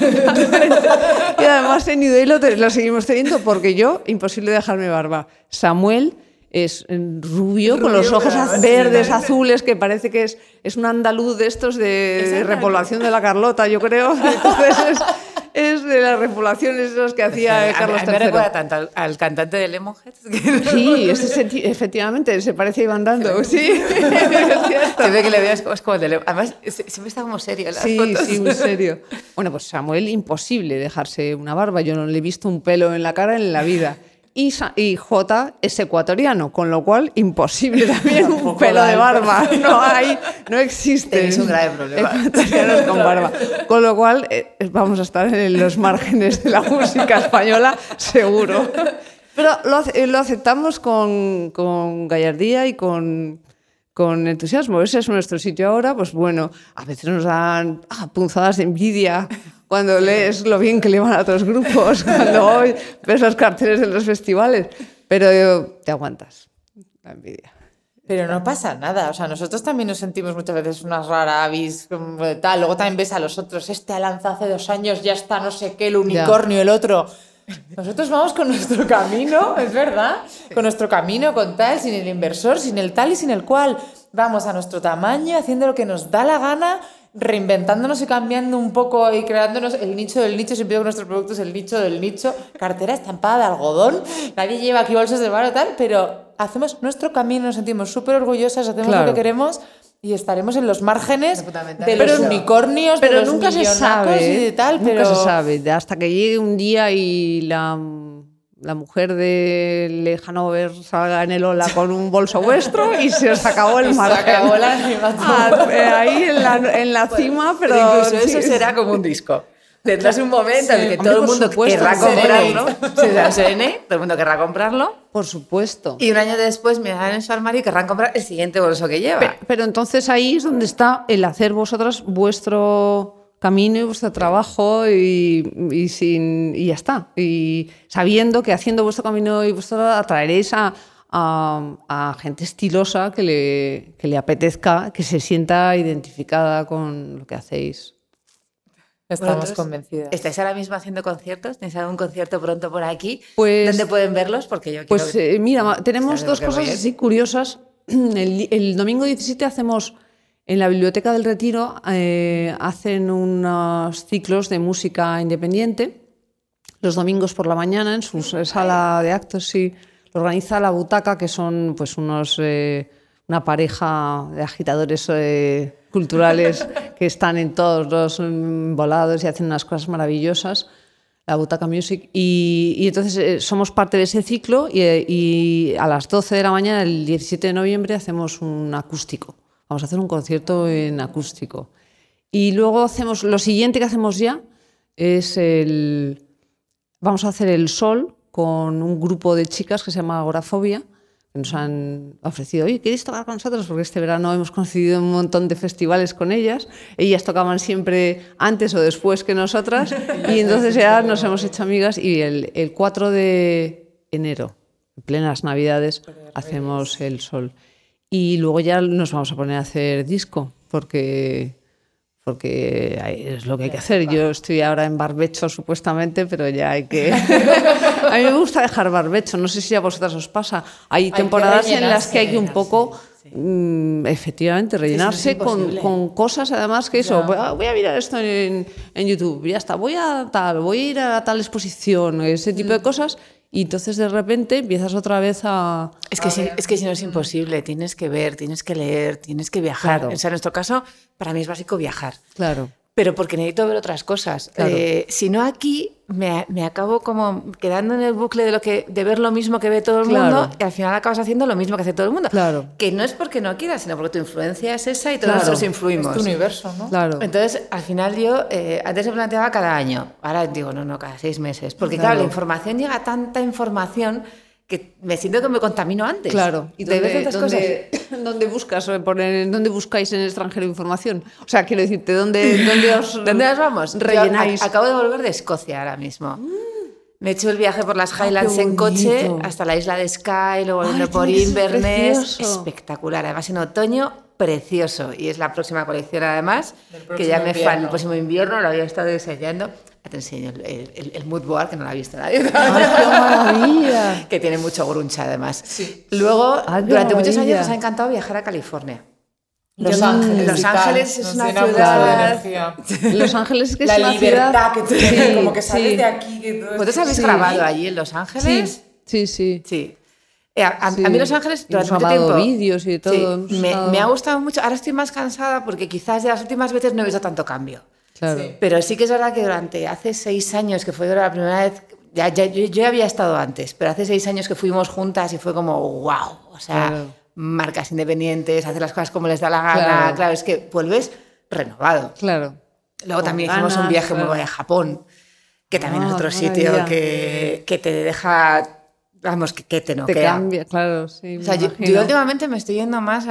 Y además en Idei lo seguimos teniendo porque yo, imposible dejarme barba. Samuel es rubio, con los ojos pero además verdes, sí, azules, que parece que es un andaluz de estos de andaluz. repoblación de la Carlota, yo creo. Entonces es de las repoblaciones esas que hacía Carlos A mí me recuerda III. tanto al cantante de Lemonheads. Sí, efectivamente, se parece a Iván Dando. Sí, es cierto. Siempre que le veas es como de Además, siempre está como serio en las fotos. Sí, muy serio. Bueno, pues Samuel, imposible dejarse una barba. Yo no le he visto un pelo en la cara en la vida. Y Jota es ecuatoriano, con lo cual imposible también un pelo de barba. No existe. Tenéis un grave problema. Ecuatorianos con barba. Con lo cual vamos a estar en los márgenes de la música española, seguro. Pero lo aceptamos con gallardía y con entusiasmo. Ese es nuestro sitio ahora. Pues bueno, a veces nos dan punzadas de envidia cuando lees lo bien que le van a otros grupos, cuando hoy ves los carteles de los festivales, pero te aguantas la envidia. Pero no pasa nada, o sea, nosotros también nos sentimos muchas veces unas rarabis, como de tal, luego también ves a los otros, este ha lanzado hace 2 años, ya está no sé qué, el unicornio, el otro. Nosotros vamos con nuestro camino, es verdad, con nuestro camino, con tal, sin el inversor, sin el tal y sin el cual. Vamos a nuestro tamaño, haciendo lo que nos da la gana, reinventándonos y cambiando un poco y creándonos el nicho del nicho. Siempre digo que nuestro producto es el nicho del nicho. Cartera estampada de algodón, nadie lleva aquí bolsas de barro tal, pero hacemos nuestro camino, nos sentimos súper orgullosas, hacemos lo que queremos y estaremos en los márgenes de los unicornios, pero de los nunca se millonacos sabe, y de tal. nunca Pero se sabe, hasta que llegue un día y la mujer de Lejanover salga en el Ola con un bolso vuestro y se os acabó el margen. se acabó la animación. Ahí en la cima, pero incluso eso sí, será como un disco. Tendrás un momento en el que Hombre, todo el por mundo supuesto, querrá seré. comprarlo. Será serene, todo el mundo querrá comprarlo. por supuesto. Y un año después mirarán en su armario y querrán comprar el siguiente bolso que lleva. Pero entonces ahí es donde está el hacer vosotras vuestro camino y vuestro trabajo y ya está. Y sabiendo que haciendo vuestro camino y vuestro atraeréis a gente estilosa que le apetezca, que se sienta identificada con lo que hacéis. Estamos ¿Vosotros convencidas. ¿Estáis ahora mismo haciendo conciertos? ¿Tenéis algún concierto pronto por aquí? Pues- ¿Dónde pueden verlos? Porque yo quiero... Pues mira, tenemos ¿sabes dos lo que voy cosas a así curiosas. El domingo 17 hacemos en la Biblioteca del Retiro, hacen unos ciclos de música independiente los domingos por la mañana en su sala de actos. Sí, lo organiza La Butaca, que son pues una pareja de agitadores culturales que están en todos los volados y hacen unas cosas maravillosas. La Butaca Music, y entonces somos parte de ese ciclo y a las 12 de la mañana, el 17 de noviembre, hacemos un acústico. Vamos a hacer un concierto en acústico. Y luego hacemos, lo siguiente que hacemos ya es vamos a hacer el Sol con un grupo de chicas que se llama Agorafobia, que nos han ofrecido, oye, ¿queréis tocar con nosotros? Porque este verano hemos coincidido en un montón de festivales con ellas. Ellas tocaban siempre antes o después que nosotras y entonces ya nos hemos hecho amigas y el 4 de enero, en plenas Navidades, hacemos el Sol. Y luego ya nos vamos a poner a hacer disco, porque es lo que hay que hacer. Yo estoy ahora en barbecho, supuestamente, pero ya hay que... A mí me gusta dejar barbecho, no sé si a vosotras os pasa. Hay temporadas en las que hay que un poco, efectivamente, rellenarse con cosas, además, que eso, voy a mirar esto en YouTube, ya está, voy a ir a tal exposición, ese tipo de cosas. Y entonces de repente empiezas otra vez a... Es que si no es imposible, tienes que ver, tienes que leer, tienes que viajar. Claro. O sea, en nuestro caso, para mí es básico viajar. Claro. Pero porque necesito ver otras cosas. Claro. Si no, aquí me acabo como quedando en el bucle de ver lo mismo que ve todo el Claro. mundo y al final acabas haciendo lo mismo que hace todo el mundo. Claro. Que no es porque no quieras, sino porque tu influencia es esa y todos Claro. nosotros influimos. Es tu universo, ¿no? Claro. Entonces, al final yo antes se planteaba cada año, ahora digo, no, cada 6 meses. Porque claro, la información llega tanta información que me siento que me contamino antes. Claro. Y te ves otras cosas. ¿Dónde buscas dónde buscáis en el extranjero información? O sea, quiero decirte, ¿dónde os ¿Dónde nos vamos? rellenáis? Yo acabo de volver de Escocia ahora mismo. Me he hecho el viaje por las Highlands en coche hasta la isla de Skye, luego volviendo por Inverness. Espectacular. Además, en otoño, precioso. Y es la próxima colección, además, que ya me falta el próximo invierno, lo había estado diseñando. Te enseño el mood board, que no lo ha visto nadie. ¡Ay, qué maravilla! Que tiene mucho grunge, además. Sí. Luego, durante muchos años maravilla. nos ha encantado viajar a California. Los Ángeles. Los Ángeles es una ciudad. Los Ángeles, que la es una libertad ciudad... que tiene, Sí, como que sales sí. de aquí. Que todo ¿Vosotros habéis grabado allí en Los Ángeles? Sí. Sí. A mí Los Ángeles durante Hemos mucho tiempo grabado vídeos y todo. sí, me ha gustado mucho. Ahora estoy más cansada porque quizás ya las últimas veces no he visto tanto cambio. Claro. Sí. Pero sí que es verdad que hace 6 años, que fue la primera vez, yo ya había estado antes, pero hace 6 años que fuimos juntas y fue como wow, o sea, Claro. marcas independientes, hacer las cosas como les da la gana, claro, es que vuelves renovado. Claro. Luego Con también hicimos un ganas, viaje muy claro. guay a Japón, que también es otro qué sitio maravilla. que te deja, vamos, que te Te noquea. cambia, claro, sí. O sea, me yo imagino. últimamente me estoy yendo más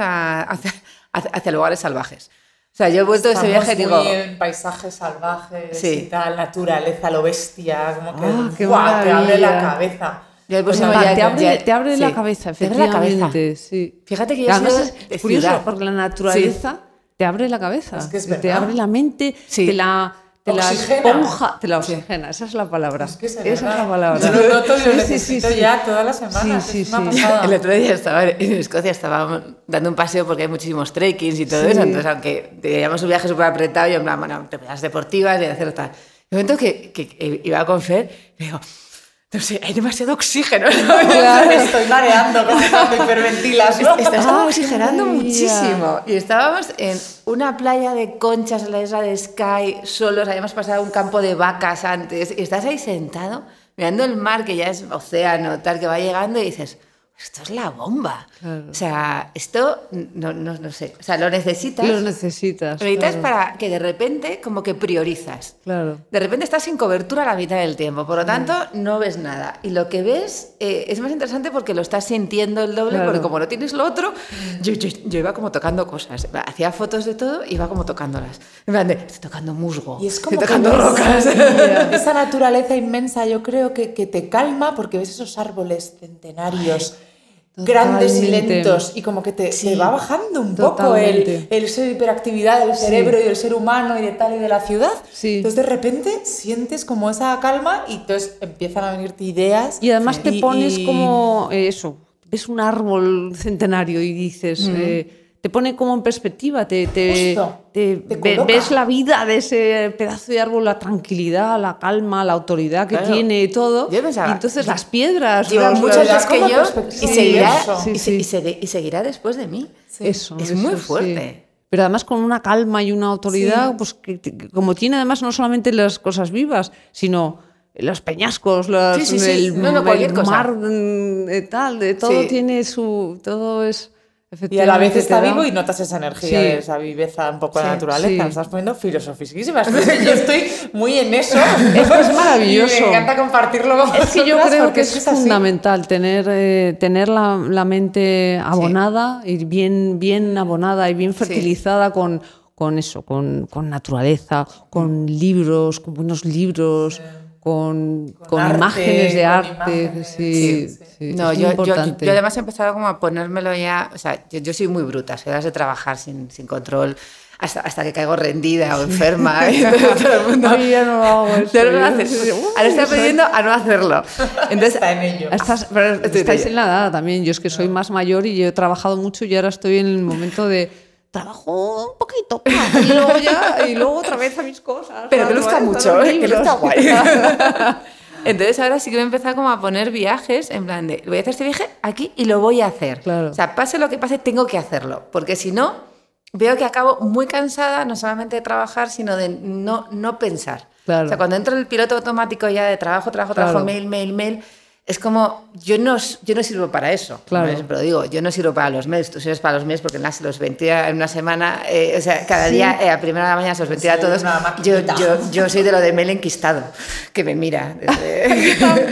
hacia lugares salvajes. O sea, yo he vuelto de ese Estamos viaje y muy digo... en paisajes salvajes Sí. y tal, naturaleza, lo bestia, como que qué ¡guau! Te abre la maravilla. cabeza. Ya el Pues próximo nada, ya- te abre sí, la cabeza, te abre la cabeza. efectivamente. Sí. Fíjate que yo Además soy es de curioso ciudad. porque la naturaleza te abre la cabeza, Es que es te verdad. abre la mente, Sí. te la Oxigena. esponja, te la oxigena, esa es la palabra. Es que esa es verdad. la palabra. Yo lo noto y lo Sí, sí, necesito sí, sí. ya todas las semanas. Sí, es sí, una sí. pasada. El otro día estaba en Escocia, estaba dando un paseo porque hay muchísimos trekkings y todo Sí. eso, entonces aunque teníamos un viaje súper apretado, yo en plan, bueno, actividades deportivas y hacer tal. De momento que iba con Fer, me digo, no sé, hay demasiado oxígeno. Me estoy mareando como cuando hiperventilas, ¿no? Estás como oxigenando maravilla. muchísimo. Y estábamos en una playa de conchas en la isla de Skye, solos, habíamos pasado un campo de vacas antes, y estás ahí sentado, mirando el mar, que ya es océano, tal, que va llegando, y dices, esto es la bomba. Claro. O sea, esto, no sé, o sea, lo necesitas. Lo necesitas. Lo necesitas claro. para que de repente como que priorizas. Claro. De repente estás sin cobertura la mitad del tiempo, por lo tanto no ves nada. Y lo que ves es más interesante porque lo estás sintiendo el doble, Claro. porque como no tienes lo otro, yo iba como tocando cosas. Hacía fotos de todo y iba como tocándolas. En plan de, estoy tocando musgo, Y es como estoy tocando que rocas. esa naturaleza inmensa, yo creo que te calma porque ves esos árboles centenarios. Grandes y Totalmente. lentos y como que te va bajando un poco Totalmente. el ser de hiperactividad del cerebro y del ser humano y de tal y de la ciudad. Sí. Entonces de repente sientes como esa calma y entonces empiezan a venirte ideas. Y además te pones y- como eso, ves un árbol centenario y dices, te pone como en perspectiva, Justo, te coloca. ves la vida de ese pedazo de árbol, la tranquilidad, la calma, la autoridad que Claro. tiene y todo. Yo pensaba, y entonces las piedras, Lleva mucho da antes que como yo perspectiva. y Sí, seguirá, eso. y seguirá después de mí. Eso, Es eso, muy sí. fuerte. Pero además con una calma y una autoridad, pues que como tiene además no solamente las cosas vivas, sino los peñascos, Sí. el, No, cualquier el cosa. mar, tal, de todo Sí. tiene su, todo es Y a la vez efectivamente está te da- vivo y notas esa energía, Sí. de esa viveza un poco de la naturaleza. sí. Me estás poniendo filosofisísimas. Yo estoy muy en eso. Es maravilloso. Y me encanta compartirlo con Es que yo vosotras creo porque que es así. fundamental tener la mente abonada y bien abonada y bien fertilizada con eso, con naturaleza, con libros, con buenos libros, con arte, imágenes de con arte. imágenes. Sí, Sí. sí, No, es yo importante. además he empezado como a ponérmelo ya, o sea, yo soy muy bruta, soy de trabajar sin control hasta que caigo rendida o enferma. Y todo el mundo, Ay, ya no hago eso. ya no lo Yo haces. soy- Ahora estoy aprendiendo a no hacerlo. Entonces, Está en ello. Pero Estoy estáis de en la edad también. Yo es que soy más mayor y yo he trabajado mucho y ahora estoy en el momento de trabajo un poquito y luego otra vez a mis cosas. pero que a luzca los mucho, que libros. luzca guay. Entonces ahora sí que me he empezado como a poner viajes, en plan de, voy a hacer este viaje aquí y lo voy a hacer. Claro. O sea, pase lo que pase, tengo que hacerlo, porque si no, veo que acabo muy cansada, no solamente de trabajar, sino de no pensar. Claro. O sea, cuando entro en el piloto automático ya de trabajo, Claro. mail, es como, yo no sirvo para eso. Claro. Como siempre lo digo, yo no sirvo para los mails, tú sirves para los mails porque los 20 en una semana, o sea, cada día a primera de la mañana se los 20 a todos. una maquinita. Yo soy de lo de mail enquistado, que me mira. También.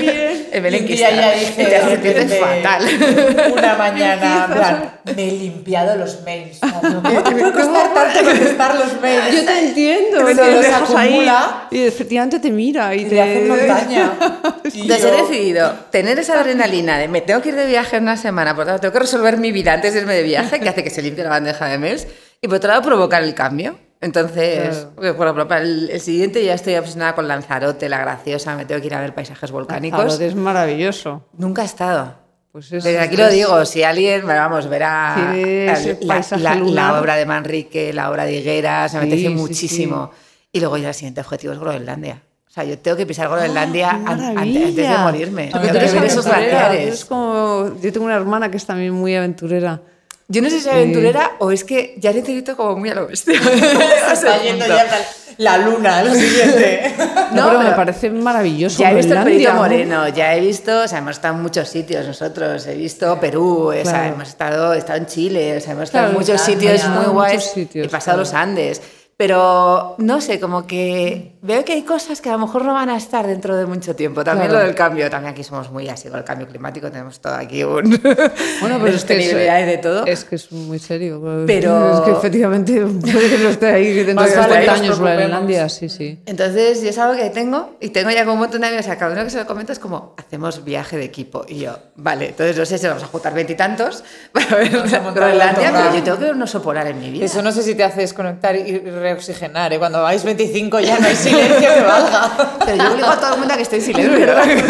el Belén Y un que día está. ya dice, Y te hace sentirte fatal. Una mañana, en plan, me he limpiado los mails. ¿Cómo te puede costar tanto contestar los mails? Yo te entiendo, Que te se los dejas ahí acumula y efectivamente te mira y y te le hacen montaña. Y Entonces yo- he decidido tener esa adrenalina de me tengo que ir de viaje en una semana, por lo tanto tengo que resolver mi vida antes de irme de viaje, que hace que se limpie la bandeja de mails, y por otro lado provocar el cambio. Entonces, Claro. por ejemplo, para el siguiente ya estoy obsesionada con Lanzarote, la Graciosa, me tengo que ir a ver paisajes volcánicos. Lanzarote es maravilloso. Nunca he estado. Pues es, Desde aquí lo digo, si alguien, vamos, verá Tiene ese paisaje la lunar. obra de Manrique, la obra de Higueras, me Sí, apetece sí, muchísimo. Y luego ya el siguiente objetivo es Groenlandia. O sea, yo tengo que pisar Groenlandia ¡Qué antes de maravilla! morirme. Porque Tengo tú que eres ver esos aventurera, glaciares. es como, yo tengo una hermana que es también muy aventurera. Yo no sé si soy aventurera o es que ya necesito como muy a lo bestia. Se está yendo ya en plan, la luna, el siguiente. No, No, pero me pero parece maravilloso. Ya he visto el Groenlandia, Perito ¿no? Moreno, ya he visto, o sea, hemos estado en muchos sitios nosotros, he visto Perú, o sea, Claro. hemos estado en Chile, o sea, hemos estado en Claro, muchos claro, sitios ya. muy En guays, muchos sitios, he pasado claro. los Andes, pero no sé, como que veo que hay cosas que a lo mejor no van a estar dentro de mucho tiempo. También Claro. lo del cambio, también aquí somos muy así con el cambio climático, tenemos todo aquí un... Bueno, pero es que sostenibilidad y de todo. Es que es muy serio. Pero- Es que efectivamente puede que no esté ahí dentro Más de vale 50 que nos años preocupemos. Groenlandia, sí, sí. Entonces, yo es algo que tengo, y tengo ya como un montón de amigos, a cada uno que se lo comenta es como, hacemos viaje de equipo. Y yo, vale, entonces no sé si vamos a juntar 20 y tantos para ver Vamos a montar Groenlandia, el pero autocar. yo tengo que ver un oso polar en mi vida. Eso no sé si te hace desconectar y reoxigenar, ¿eh? Cuando vais 25 ya no hay silencio que valga. Pero yo obligo a todo el mundo a que esté en silencio.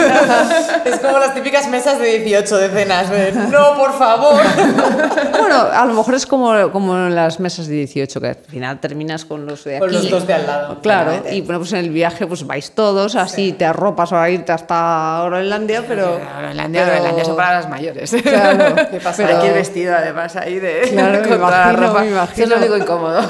Es como las típicas mesas de 18 de cenas. No, por favor. Bueno, a lo mejor es como en las mesas de 18, que al final terminas con los de aquí. Con los dos de al lado. Claro, y bueno, pues en el viaje pues vais todos, así te arropas para irte hasta Groenlandia, pero... Groenlandia son para las mayores. Claro, ¿Qué pasa? Pero hay que ir vestido además ahí de Claro, con toda la me ropa. imagino. Eso es lo único incómodo.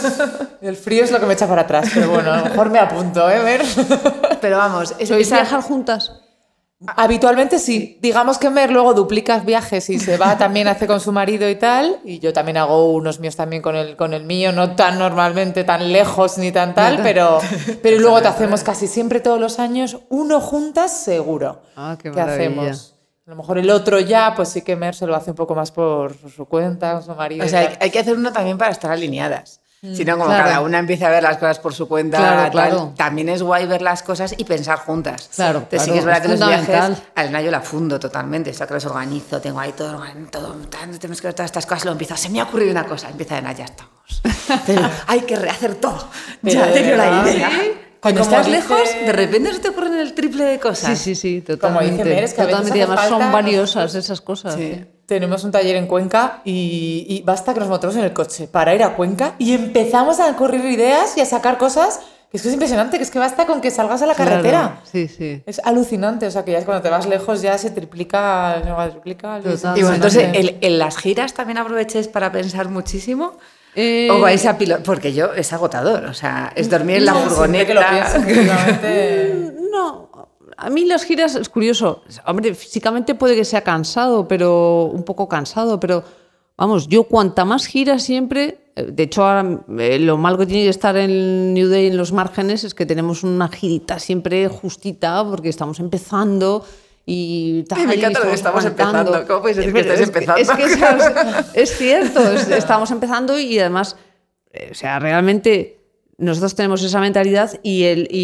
El frío es lo que me echa para atrás, pero bueno, a lo mejor me apunto, ¿eh? Ver. Pero vamos, ¿Sois viajar juntas? Habitualmente sí. Digamos que Mer luego duplica viajes y se va también, hace con su marido y tal. Y yo también hago unos míos también con el mío, no tan normalmente, tan lejos ni tan tal, pero luego te hacemos casi siempre todos los años uno juntas seguro. Ah, qué que maravilla. hacemos. A lo mejor el otro ya, pues sí que Mer se lo hace un poco más por su cuenta, con su marido. O y sea, tal. hay que hacer uno también para estar alineadas. Si no, como claro. cada una empieza a ver las cosas por su cuenta, Claro, tal, claro. también es guay ver las cosas y pensar juntas. Claro, Entonces sí claro, que es verdad es que los viajes, fundamental. a Elena yo la fundo totalmente, o sea, que los organizo, tengo ahí todo, tenemos que ver todas estas cosas, luego empiezo, se me ha ocurrido una cosa, empieza Elena, ya estamos. Entonces, hay que rehacer todo, Pero ya de tengo la verdad, idea. ¿sí? Cuando Como estás dice- lejos, de repente se te ocurren el triple de Sí, cosas. sí, sí, Como totalmente. dice Mer, es que a veces Totalmente, y hace además son falta valiosas esas cosas. Sí. Tenemos un taller en Cuenca y basta que nos montemos en el coche para ir a Cuenca y empezamos a correr ideas y a sacar cosas que es impresionante, que es que basta con que salgas a la Claro, carretera. sí, sí. Es alucinante, o sea que ya es cuando te vas lejos ya se triplica, se cuadruplica. Total. Y bueno, entonces, Impresionante. en las giras también aprovechéis para pensar muchísimo. Eh, O vais a pilotar, porque yo es agotador, o sea, es dormir en la Siempre que lo furgoneta. pienso, efectivamente. No, a mí las giras es curioso. Hombre, físicamente puede que sea cansado, pero un poco cansado, pero vamos, yo cuanta más giras siempre, de hecho ahora lo malo que tiene que estar en New Day en los márgenes es que tenemos una girita siempre justita porque estamos empezando y tal. Ay, me encanta lo de estamos arrancando. empezando. ¿Cómo puedes decir que Pero estáis empezando? Es que ¿sabes? Es cierto, estamos empezando y además, o sea, realmente nosotros tenemos esa mentalidad y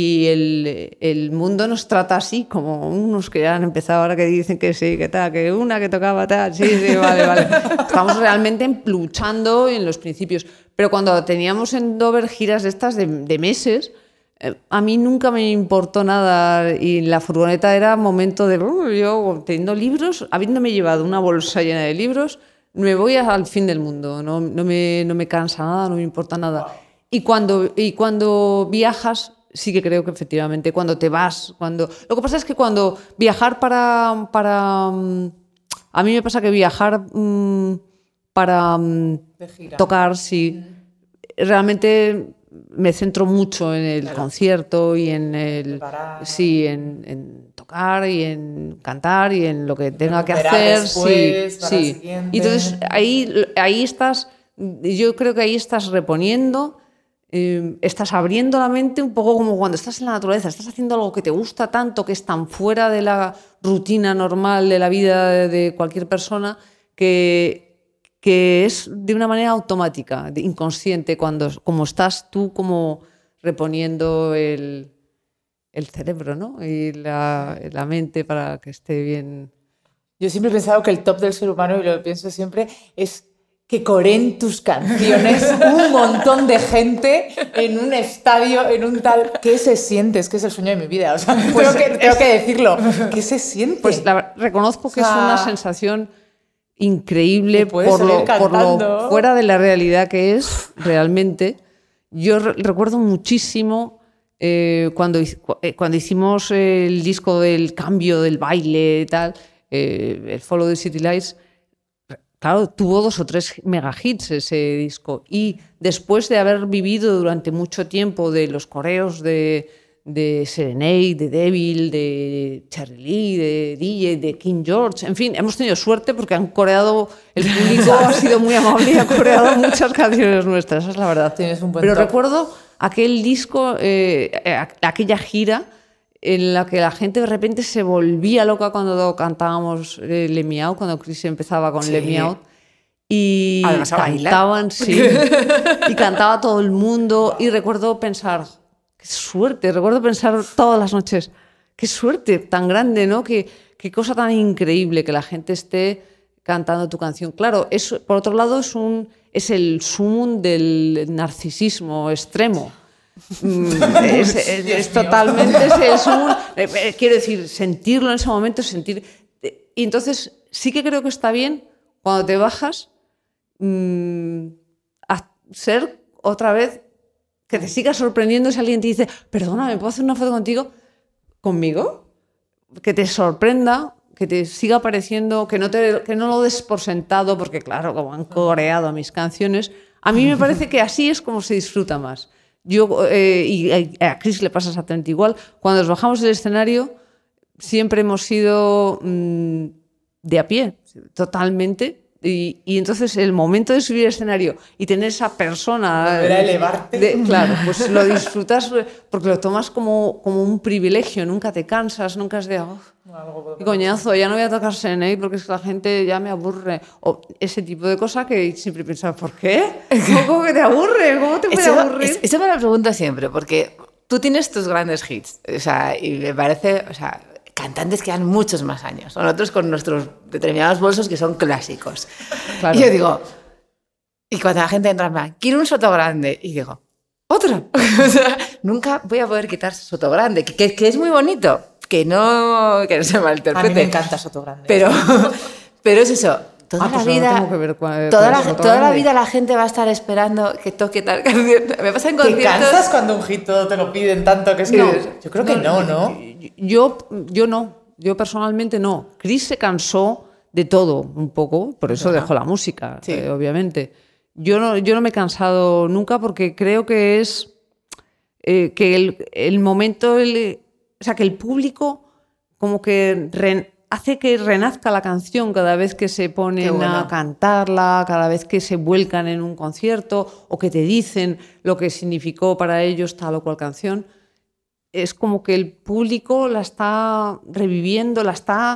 el mundo nos trata así, como unos que ya han empezado ahora que dicen que sí, que tal, que una que tocaba tal, sí, sí, vale, vale. Estamos realmente luchando en los principios. Pero cuando teníamos en Dover giras de estas de meses, a mí nunca me importó nada y la furgoneta era momento de yo teniendo libros, habiéndome llevado una bolsa llena de libros, me voy al fin del mundo, no me cansa nada, no me importa nada. Y cuando viajas, sí que creo que efectivamente, cuando te vas, lo que pasa es que cuando viajar para a mí me pasa que viajar para De gira. tocar, sí, realmente me centro mucho en el concierto y en el Preparar. sí, en tocar y en cantar y en lo que tenga que Recuperar hacer, después, sí, para el sí. siguiente. Y entonces ahí estás, yo creo que ahí estás reponiendo estás abriendo la mente un poco como cuando estás en la naturaleza, estás haciendo algo que te gusta tanto, que es tan fuera de la rutina normal de la vida de cualquier persona, que es de una manera automática, inconsciente, como estás tú como reponiendo el cerebro, ¿no? Y la mente para que esté bien. Yo siempre he pensado que el top del ser humano, y lo pienso siempre, es que coreen tus canciones un montón de gente en un estadio, en un tal... ¿Qué se siente? Es que es el sueño de mi vida. O sea, pues tengo que decirlo. ¿Qué se siente? Pues reconozco que es una sensación increíble por lo fuera de la realidad que es realmente. Yo recuerdo muchísimo cuando hicimos el disco del cambio, del baile y tal, el Follow the City Lights. Claro, tuvo 2 o 3 megahits ese disco. Y después de haber vivido durante mucho tiempo de los coreos de Serenade, de Devil, de Cherry Lee, de DJ, de King George, en fin, hemos tenido suerte porque el público ha sido muy amable y ha coreado muchas canciones nuestras, esa es la verdad. Tienes un buen Pero top. recuerdo aquel disco, aquella gira en la que la gente de repente se volvía loca cuando cantábamos Let Me Out, cuando Chris empezaba con Let Me Out. Y además cantaban, sí, y cantaba todo el mundo. Y recuerdo pensar, qué suerte, recuerdo pensar todas las noches, qué suerte tan grande, ¿no? Qué cosa tan increíble que la gente esté cantando tu canción. Claro, eso, por otro lado, es el sumum del narcisismo extremo. Es totalmente quiero decir, sentirlo en ese momento, y entonces sí que creo que está bien cuando te bajas a ser otra vez, que te siga sorprendiendo si alguien te dice, perdona, ¿me puedo hacer una foto conmigo? Que te sorprenda, que te siga pareciendo, que no lo des por sentado, porque claro, como han coreado mis canciones, a mí me parece que así es como se disfruta más. Y a Chris le pasa exactamente igual. Cuando nos bajamos del escenario, siempre hemos sido de a pie, totalmente. Y entonces el momento de subir al escenario y tener esa persona... Volver a elevarte. Claro, pues lo disfrutas porque lo tomas como un privilegio. Nunca te cansas, nunca es de... qué coñazo, ya no voy a tocar Serenade porque es que la gente ya me aburre. O ese tipo de cosas que siempre piensas, ¿por qué? ¿Cómo que te aburre? ¿Cómo te puede aburrir? Eso me lo pregunto siempre, porque tú tienes tus grandes hits, o sea, y me parece, o sea, cantantes que dan muchos más años, nosotros con nuestros determinados bolsos que son clásicos. Claro. Y yo digo, y cuando la gente entra en plan, quiero un Soto Grande, y digo, ¿otro? O sea, nunca voy a poder quitar Soto Grande, que es muy bonito, que no se malinterprete. A mí me encanta Soto Grande. Pero es eso. Toda la vida, no tengo que ver toda la vida la gente va a estar esperando que toque tal canción. Me pasa en conciertos. ¿Te cansas cuando un hit todo te lo piden tanto que es que... No, yo creo que no. Yo no. Yo personalmente no. Chris se cansó de todo un poco, por eso dejó la música, sí. Obviamente. Yo no me he cansado nunca porque creo que es que el momento, o sea, que el público como que hace que renazca la canción cada vez que se ponen a cantarla, cada vez que se vuelcan en un concierto o que te dicen lo que significó para ellos tal o cual canción. Es como que el público la está reviviendo, la está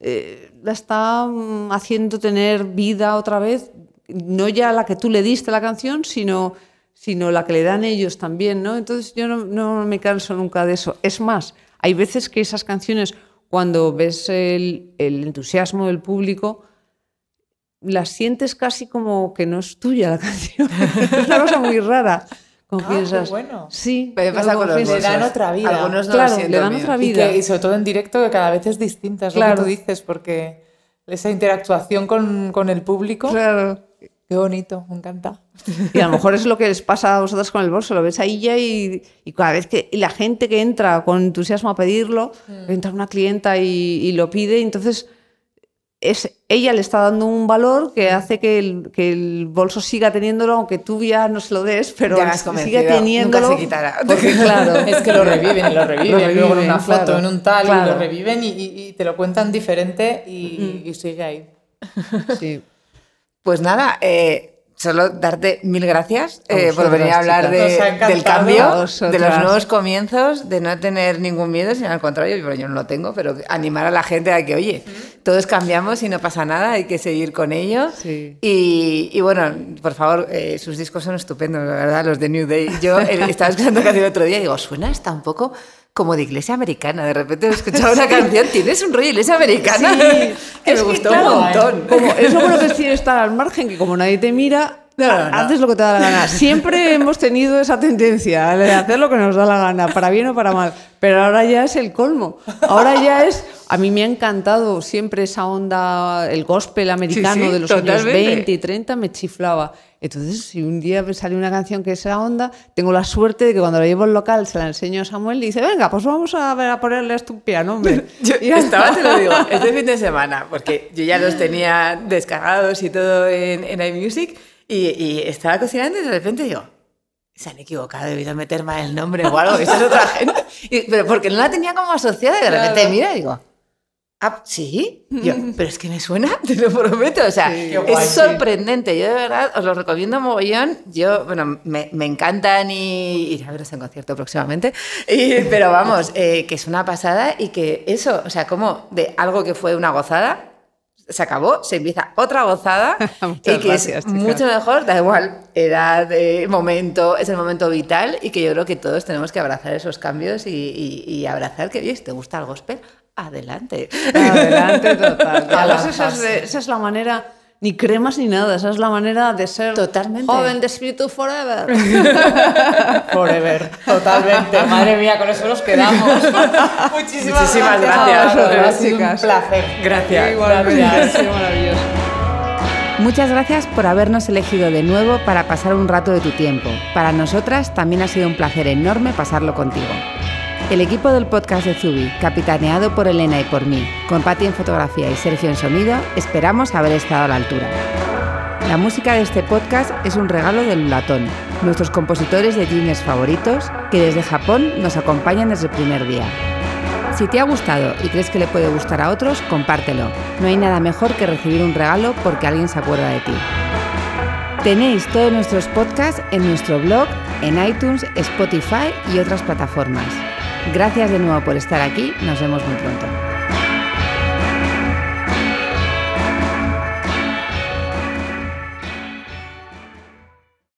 haciendo tener vida otra vez, no ya la que tú le diste a la canción, sino la que le dan ellos también, ¿no? Entonces yo no me canso nunca de eso. Es más, hay veces que esas canciones, cuando ves el entusiasmo del público, las sientes casi como que no es tuya la canción. Es una cosa muy rara. Qué bueno. Sí, pero pasa con los le dan otra vida. Algunos no claro, le dan otra vida. Y sobre todo en directo, que cada vez es distinta, es lo que tú dices, porque esa interactuación con el público. Claro. Qué bonito, me encanta. Y a lo mejor es lo que les pasa a vosotras con el bolso, lo ves ahí ya y cada vez que la gente que entra con entusiasmo a pedirlo, entra una clienta y lo pide, y entonces ella le está dando un valor que hace que el bolso siga teniéndolo, aunque tú ya no se lo des, pero sigue teniéndolo. Nunca se quitará. Porque claro, es que lo reviven, luego en una foto, claro, en un tal, y lo reviven y te lo cuentan diferente y sigue ahí. Sí. Pues nada, solo darte 1000 gracias vosotras, por venir a hablar chicas. del cambio, de los Vosotras. nuevos comienzos, de no tener ningún miedo, sino al contrario, bueno, yo no lo tengo, pero animar a la gente a que, oye, todos cambiamos y no pasa nada, hay que seguir con ello. Sí. Y bueno, por favor, sus discos son estupendos, la verdad, los de New Day. Yo estaba escuchando canción el otro día y digo, suena hasta un poco como de iglesia americana. De repente he escuchado una canción, tienes un rollo iglesia americana, Sí, que es me que, gustó claro, un montón. Como, es lo bueno que es estar al margen, que como nadie te mira, No. haces lo que te da la gana. Siempre hemos tenido esa tendencia de hacer lo que nos da la gana, para bien o para mal. Pero ahora ya es el colmo. Ahora ya es... A mí me ha encantado siempre esa onda, el gospel americano Sí, de los totalmente. años 20 y 30, me chiflaba. Entonces, si un día me sale una canción que es esa onda, tengo la suerte de que cuando la llevo al local se la enseño a Samuel y dice, venga, pues vamos a ponerle esto un piano, hombre. Yo Y ya estaba, está. te lo digo, este fin de semana, porque yo ya los tenía descargados y todo en iMusic, y estaba cocinando y de repente digo, se han equivocado, he debido meter mal el nombre o algo, que esta es otra gente. Pero porque no la tenía como asociada y de repente Claro. mira y digo, ah, ¿sí? Yo, pero es que me suena, te lo prometo. O sea, Sí. Qué guay, es sí. sorprendente. Yo de verdad os lo recomiendo mogollón. Yo, bueno, me encantan y iré a veros en concierto próximamente. Pero vamos, que es una pasada y que eso, o sea, como de algo que fue una gozada, se acabó, se empieza otra gozada Muchas y que gracias, es chicas. mucho mejor, da igual, edad, momento, es el momento vital y que yo creo que todos tenemos que abrazar esos cambios y abrazar que, oye, si te gusta el gospel, adelante. Adelante, total. A Además, lanzarse. esa es la manera, ni cremas ni nada, esa es la manera de ser Totalmente. joven de espíritu forever. Forever, totalmente. Madre mía, con eso nos quedamos. Muchísimas Muchísimas gracias. gracias. a vosotras, A ha sido un chicas. placer. Gracias. Igualmente, Gracias. ha sido maravilloso. Muchas gracias por habernos elegido de nuevo para pasar un rato de tu tiempo. Para nosotras también ha sido un placer enorme pasarlo contigo. El equipo del podcast de Zubi, capitaneado por Elena y por mí, con Pati en fotografía y Sergio en sonido, esperamos haber estado a la altura. La música de este podcast es un regalo del Lulatón, nuestros compositores de jingles favoritos, que desde Japón nos acompañan desde el primer día. Si te ha gustado y crees que le puede gustar a otros, compártelo. No hay nada mejor que recibir un regalo porque alguien se acuerda de ti. Tenéis todos nuestros podcasts en nuestro blog, en iTunes, Spotify y otras plataformas. Gracias de nuevo por estar aquí, nos vemos muy pronto.